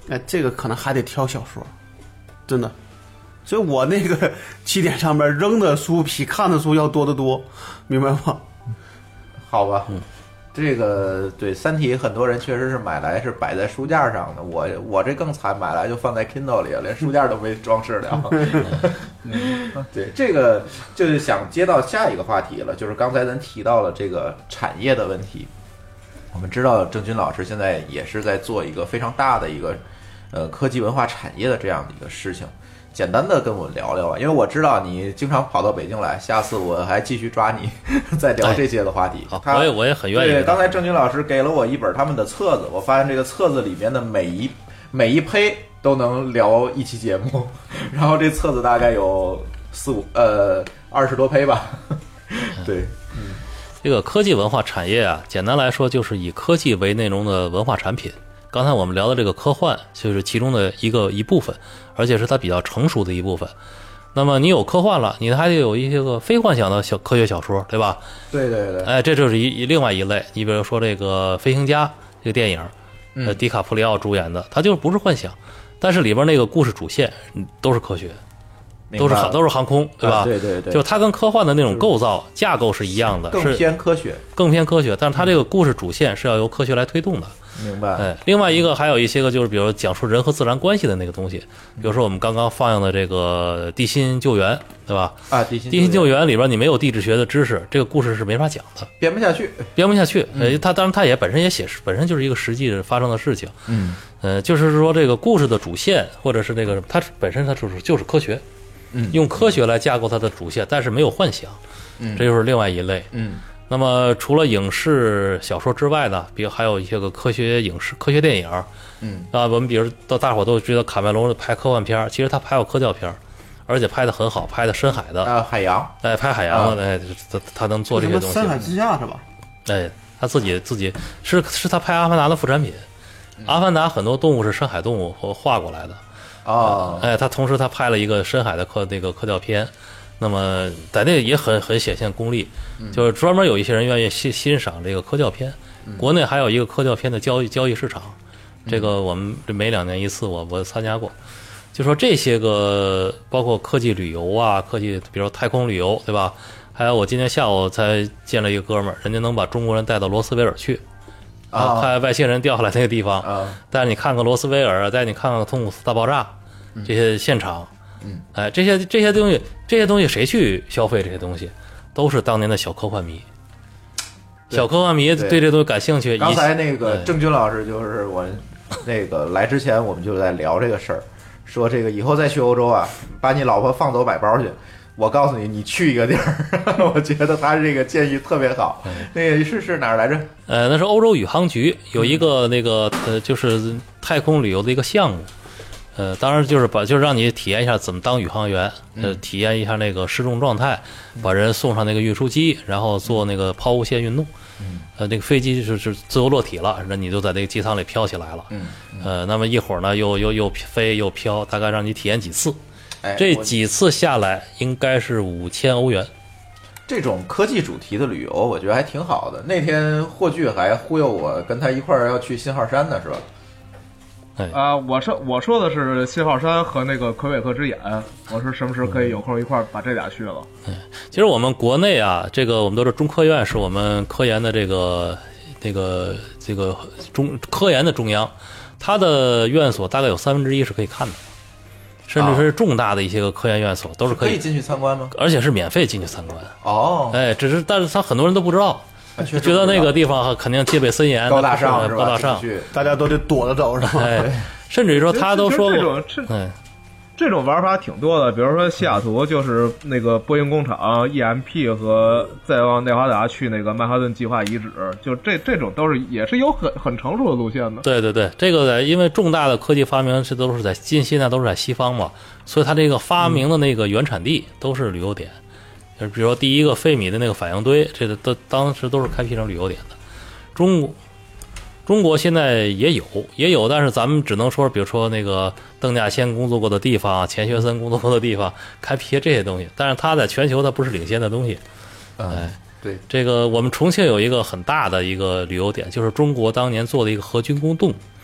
哎，这个可能还得挑小说，真的。所以我那个起点上面扔的书比看的书要多得多，明白吗？ 好吧，嗯，这个对《三体》很多人确实是买来是摆在书架上的，我我这更惨，买来就放在 Kindle 里了，连书架都没装饰了。对，这个就是想接到下一个话题了，就是刚才咱提到了这个产业的问题。我们知道郑钧老师现在也是在做一个非常大的一个呃科技文化产业的这样的一个事情。简单的跟我聊聊吧，因为我知道你经常跑到北京来，下次我还继续抓你再聊这些的话题。 好，我也我也很愿意。 对，刚才郑钧老师给了我一本他们的册子，我发现这个册子里面的每一每一胚都能聊一期节目，然后这册子大概有四五呃二十多胚吧。对， 嗯，这个科技文化产业啊，简单来说就是以科技为内容的文化产品。刚才我们聊的这个科幻就是其中的一个一部分，而且是它比较成熟的一部分。那么你有科幻了，你还得有一些个非幻想的小科学小说，对吧？ 对对对。 哎，这就是一另外一类。你比如说这个《飞行家》这个电影，呃，迪卡普里奥主演的，它就不是幻想，但是里边那个故事主线都是科学，都是都是航空，对吧？ 啊、对对对。 就它跟科幻的那种构造架构是一样的， 更偏科学， 更偏科学，但是它这个故事主线是要由科学来推动的。 明白。 哎，另外一个还有一些个就是，比如讲述人和自然关系的那个东西，比如说我们刚刚放映的这个地心救援，对吧？ 啊，地心地心救援里边你没有地质学的知识，这个故事是没法讲的， 编不下去， 编不下去。呃，它当然它也本身也写本身就是一个实际发生的事情。 嗯， 呃，就是说这个故事的主线或者是这个它本身它就是就是科学， 嗯， 用科学来架构它的主线，但是没有幻想， 嗯， 这就是另外一类。 嗯。 那么除了影视小说之外呢，比如还有一些个科学影视、科学电影， 嗯啊，我们比如到大伙都知道卡梅隆拍科幻片，其实他拍过科教片，而且拍的很好，拍的深海的啊，海洋， 哎，拍海洋的，哎，他他能做这些东西。 深海之下是吧？ 哎，他自己自己是是他拍《阿凡达》的副产品，《阿凡达》很多动物是深海动物画过来的哦， 哎，他同时他拍了一个深海的科那个科教片。那么在那也很很显现功力，就是专门有一些人愿意欣欣赏这个科教片。国内还有一个科教片的交易交易市场，这个我们每两年一次，我我参加过。就说这些个包括科技旅游啊，科技比如太空旅游，对吧？还有我今天下午才见了一个哥们儿，人家能把中国人带到罗斯威尔去啊，看外星人掉下来那个地方，带你看看罗斯威尔，带你看看通古斯大爆炸这些现场。 嗯， 哎，这些这些东西，这些东西谁去消费？这些东西都是当年的小科幻迷，小科幻迷对这东西感兴趣。 刚才那个郑钧老师就是我，那个来之前我们就在聊这个事儿，说这个以后再去欧洲啊，把你老婆放走买包去。我告诉你，你去一个地儿，我觉得他这个建议特别好。那个是是哪儿来着？ 呃，那是欧洲宇航局有一个那个呃，就是太空旅游的一个项目。呃，当然就是把，就是让你体验一下怎么当宇航员，呃，体验一下那个失重状态，把人送上那个运输机，然后做那个抛物线运动。呃，那个飞机就是自由落体了，那你就在那个机舱里飘起来了。呃，那么一会儿呢，又又又飞又飘，大概让你体验几次。这几次下来应该是五千欧元。 这种科技主题的旅游，我觉得还挺好的。那天霍炬还忽悠我跟他一块儿要去信号山呢，是吧？ 啊、呃，我说我说的是信号山和那个魁北克之眼，我说什么时候可以有空一块儿把这俩去了。 嗯，其实我们国内啊，这个我们都是中科院，是我们科研的这个这个这个中科研的中央，它的院所大概有三分之一是可以看的，甚至是重大的一些个科研院所都是可以可以进去参观吗？ 而且是免费进去参观。 哦， 哎，只是但是他很多人都不知道。就觉得那个地方肯定戒备森严， 高大上， 高大上， 大家都得躲着走，是吧？ 哎，甚至于说他都说这种这嗯，这种玩法挺多的。比如说西雅图就是那个波音工厂 E M P 和再往内华达去那个曼哈顿计划遗址，就这这种都是也是有很很成熟的路线的。 对对对，这个因为重大的科技发明这都是在近现在都是在西方嘛，所以它这个发明的那个原产地都是旅游点。就比如说第一个费米的那个反应堆，这个都当时都是开辟成旅游点的。中国中国现在也有也有，但是咱们只能说，比如说那个邓稼先工作过的地方，钱学森工作过的地方，开辟这些东西。但是它在全球它不是领先的东西。哎， 对， 这个我们重庆有一个很大的一个旅游点，就是中国当年做的一个核军工洞。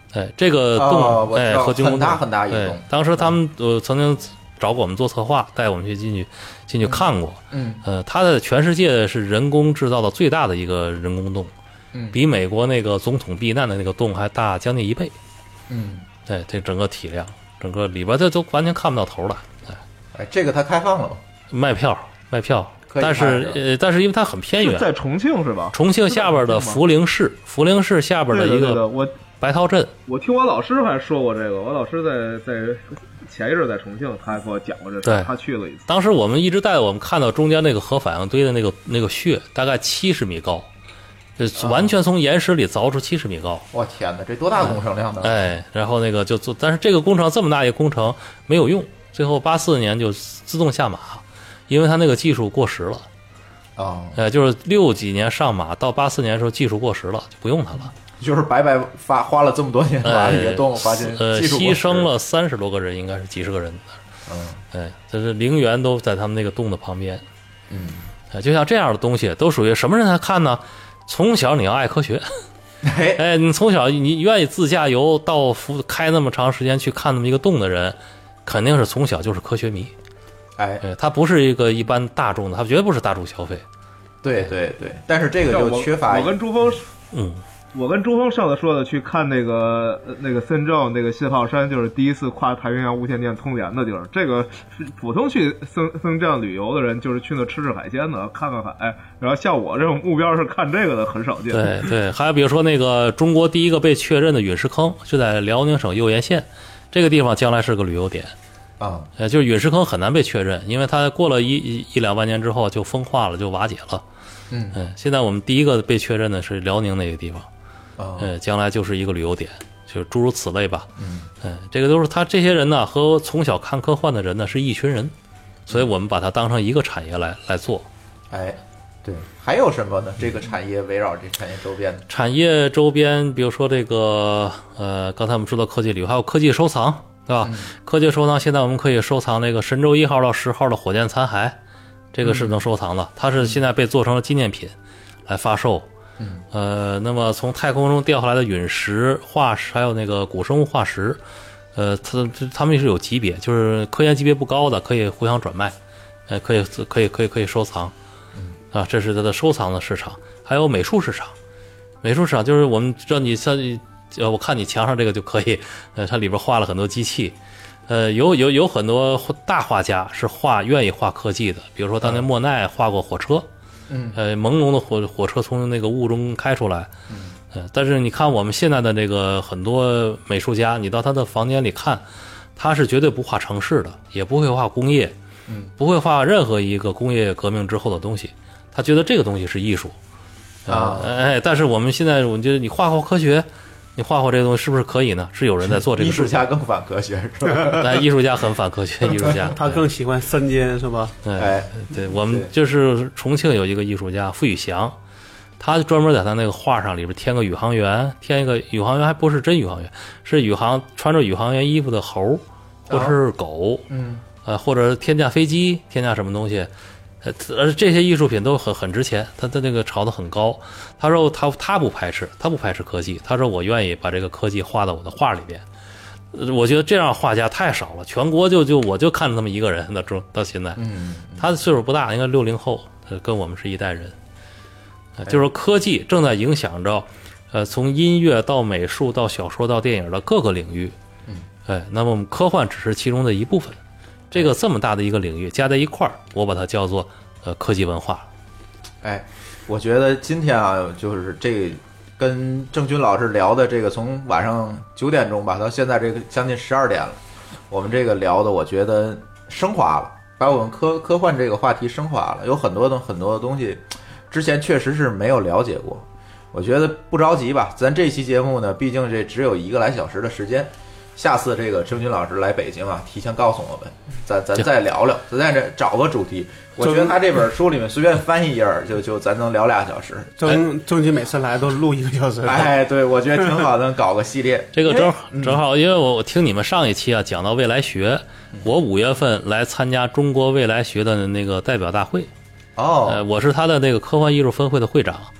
哎，这个洞， 哦、 哎，和军工很大很大一个洞。 当时他们呃曾经找过我们做策划，带我们去进去进去看过。 嗯， 呃，它的全世界是人工制造的最大的一个人工洞， 嗯， 比美国那个总统避难的那个洞还大将近一倍。 嗯， 对，这整个体量，整个里边这都完全看不到头了。哎， 哎，这个它开放了吗？ 卖票，卖票。但是呃，但是因为它很偏远， 在重庆是吧？ 重庆下边的涪陵市，涪陵市下边的一个我白涛镇。 我听我老师还说过这个，我老师在在前一阵在重庆，他还给我讲过这事，他去了一次。 当时我们一直带我们看到中间那个核反应堆的那个那个穴，大概七十米高，就完全从岩石里凿出七十米高。 我、啊、天哪，这多大工程量呢？ 哎，然后那个就做，但是这个工程这么大一个工程没有用，最后八四年就自动下马，因为它那个技术过时了。 哦， 呃，就是六几年上马，到八四年的时候技术过时了，就不用它了。 就是白白发花了这么多年把这个洞发现， 呃，牺牲了三十多个人，应该是几十个人。 嗯， 哎，这是陵园都在他们那个洞的旁边。 嗯， 哎，就像这样的东西，都属于什么人才看呢？从小你要爱科学，哎，你从小你愿意自驾游到开那么长时间去看那么一个洞的人，肯定是从小就是科学迷。 哎， 他不是一个一般大众的，他绝对不是大众消费。 对对对，但是这个就缺乏。 我跟朱峰， 嗯， 我跟朱峰上次说的去看那个那个深圳那个信号山，就是第一次跨太平洋无线电通联的地儿。这个普通去深深圳旅游的人，就是去那吃吃海鲜的，看看海。然后像我这种目标是看这个的，很少见。 对对，还有比如说那个中国第一个被确认的陨石坑，就在辽宁省岫岩县，这个地方将来是个旅游点。 啊， 呃，就是陨石坑很难被确认，因为它过了一一一两万年之后就风化了，就瓦解了。 嗯嗯，现在我们第一个被确认的是辽宁那个地方， 哦， 呃，将来就是一个旅游点，就是诸如此类吧。 嗯嗯，这个都是他这些人呢和从小看科幻的人呢是一群人，所以我们把它当成一个产业来来做。 哎，对，还有什么呢？这个产业围绕这产业周边的产业周边，比如说这个呃，刚才我们说到科技旅游，还有科技收藏。对吧？嗯、科技收藏，现在我们可以收藏那个神舟一号到十号的火箭残骸，这个是能收藏的。嗯、它是现在被做成了纪念品来发售。 嗯， 呃，那么从太空中掉下来的陨石、化石，还有那个古生物化石，呃，它它们是有级别，就是科研级别不高的可以互相转卖，呃，可以可以可以可以收藏。 嗯， 啊，这是它的收藏的市场，还有美术市场。美术市场就是我们知道你像。呃，我看你墙上这个就可以，呃，它里边画了很多机器，呃，有有有很多大画家是画愿意画科技的，比如说当年莫奈画过火车， 嗯， 呃，朦胧的火火车从那个雾中开出来， 嗯， 呃，但是你看我们现在的这个很多美术家，你到他的房间里看，他是绝对不画城市的，也不会画工业， 嗯， 不会画任何一个工业革命之后的东西，他觉得这个东西是艺术， 啊， 哎，但是我们现在我觉得你画画科学。你画画这个东西是不是可以呢？是有人在做这个事。 艺术家更反科学是吧？ 但艺术家很反科学，艺术家他更喜欢身兼是吧？ 哎，对，我们就是重庆有一个艺术家傅宇翔，他专门在他那个画上里边添个宇航员，添一个宇航员还不是真宇航员，是宇航穿着宇航员衣服的猴或者是狗， 嗯， 呃，或者添加飞机，添加什么东西。呃，而这些艺术品都很很值钱，他的那个炒得很高。他说他他不排斥，他不排斥科技。他说我愿意把这个科技画到我的画里边。呃，我觉得这样画家太少了，全国就就我就看着这么一个人到中到现在。 嗯， 他的岁数不大，应该六零后，呃，跟我们是一代人。呃，就是说科技正在影响着，呃，从音乐到美术到小说到电影的各个领域。 嗯， 哎，那么我们科幻只是其中的一部分。这个这么大的一个领域加在一块儿，我把它叫做呃科技文化。 哎，我觉得今天啊，就是这跟郑钧老师聊的这个，从晚上九点钟吧到现在这个将近十二点了，我们这个聊的，我觉得升华了，把我们科科幻这个话题升华了，有很多的很多的东西，之前确实是没有了解过。我觉得不着急吧，咱这期节目呢，毕竟这只有一个来小时的时间。下次这个郑钧老师来北京啊，提前告诉我们，咱咱再聊聊，咱在这找个主题。我觉得他这本书里面随便翻一页就就咱能聊俩小时。 郑郑钧每次来都录一个小时。 哎，对，我觉得挺好的，搞个系列。 这个正正好，因为我我听你们上一期啊讲到未来学，我五月份来参加中国未来学的那个代表大会。 哦， 呃，我是他的那个科幻艺术分会的会长。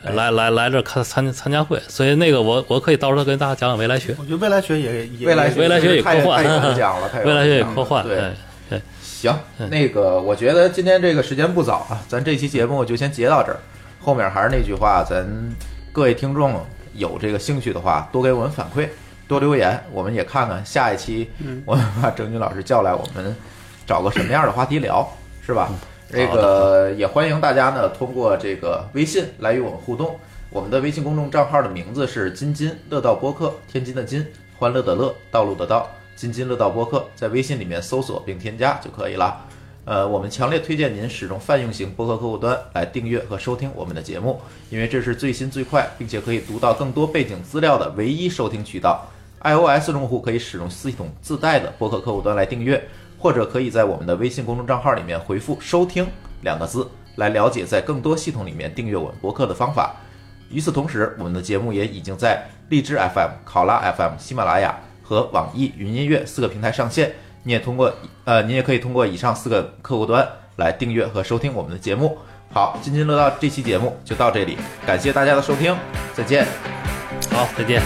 来来来这看参参加会，所以那个我我可以到时候跟大家讲讲未来学。 我觉得未来学也也未来学未来学也科幻， 太有讲了， 未来学也科幻， 对对。行，那个我觉得今天这个时间不早啊，咱这期节目就先截到这儿。后面还是那句话，咱各位听众有这个兴趣的话，多给我们反馈，多留言，我们也看看下一期我们把郑钧老师叫来，我们找个什么样的话题聊，是吧？这个也欢迎大家呢通过这个微信来与我们互动。我们的微信公众账号的名字是津津乐道播客，天津的津，欢乐的乐，道路的道，津津乐道播客，在微信里面搜索并添加就可以了。呃，我们强烈推荐您使用泛用型播客客户端来订阅和收听我们的节目，因为这是最新最快，并且可以读到更多背景资料的唯一收听渠道。iOS 用户可以使用系统自带的播客客户端来订阅，或者可以在我们的微信公众账号里面回复收听两个字来了解在更多系统里面订阅我们播客的方法。与此同时，我们的节目也已经在荔枝 F M、考拉 F M、喜马拉雅和网易云音乐四个平台上线。你也通过呃，您也可以通过以上四个客户端来订阅和收听我们的节目。好，津津乐道这期节目就到这里，感谢大家的收听，再见。 好，再见。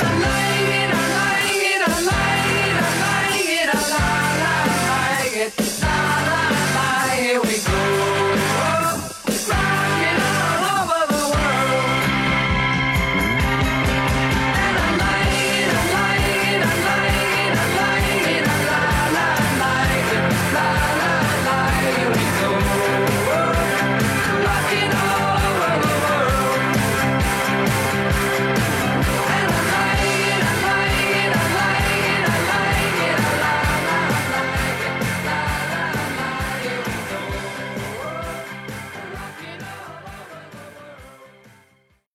it.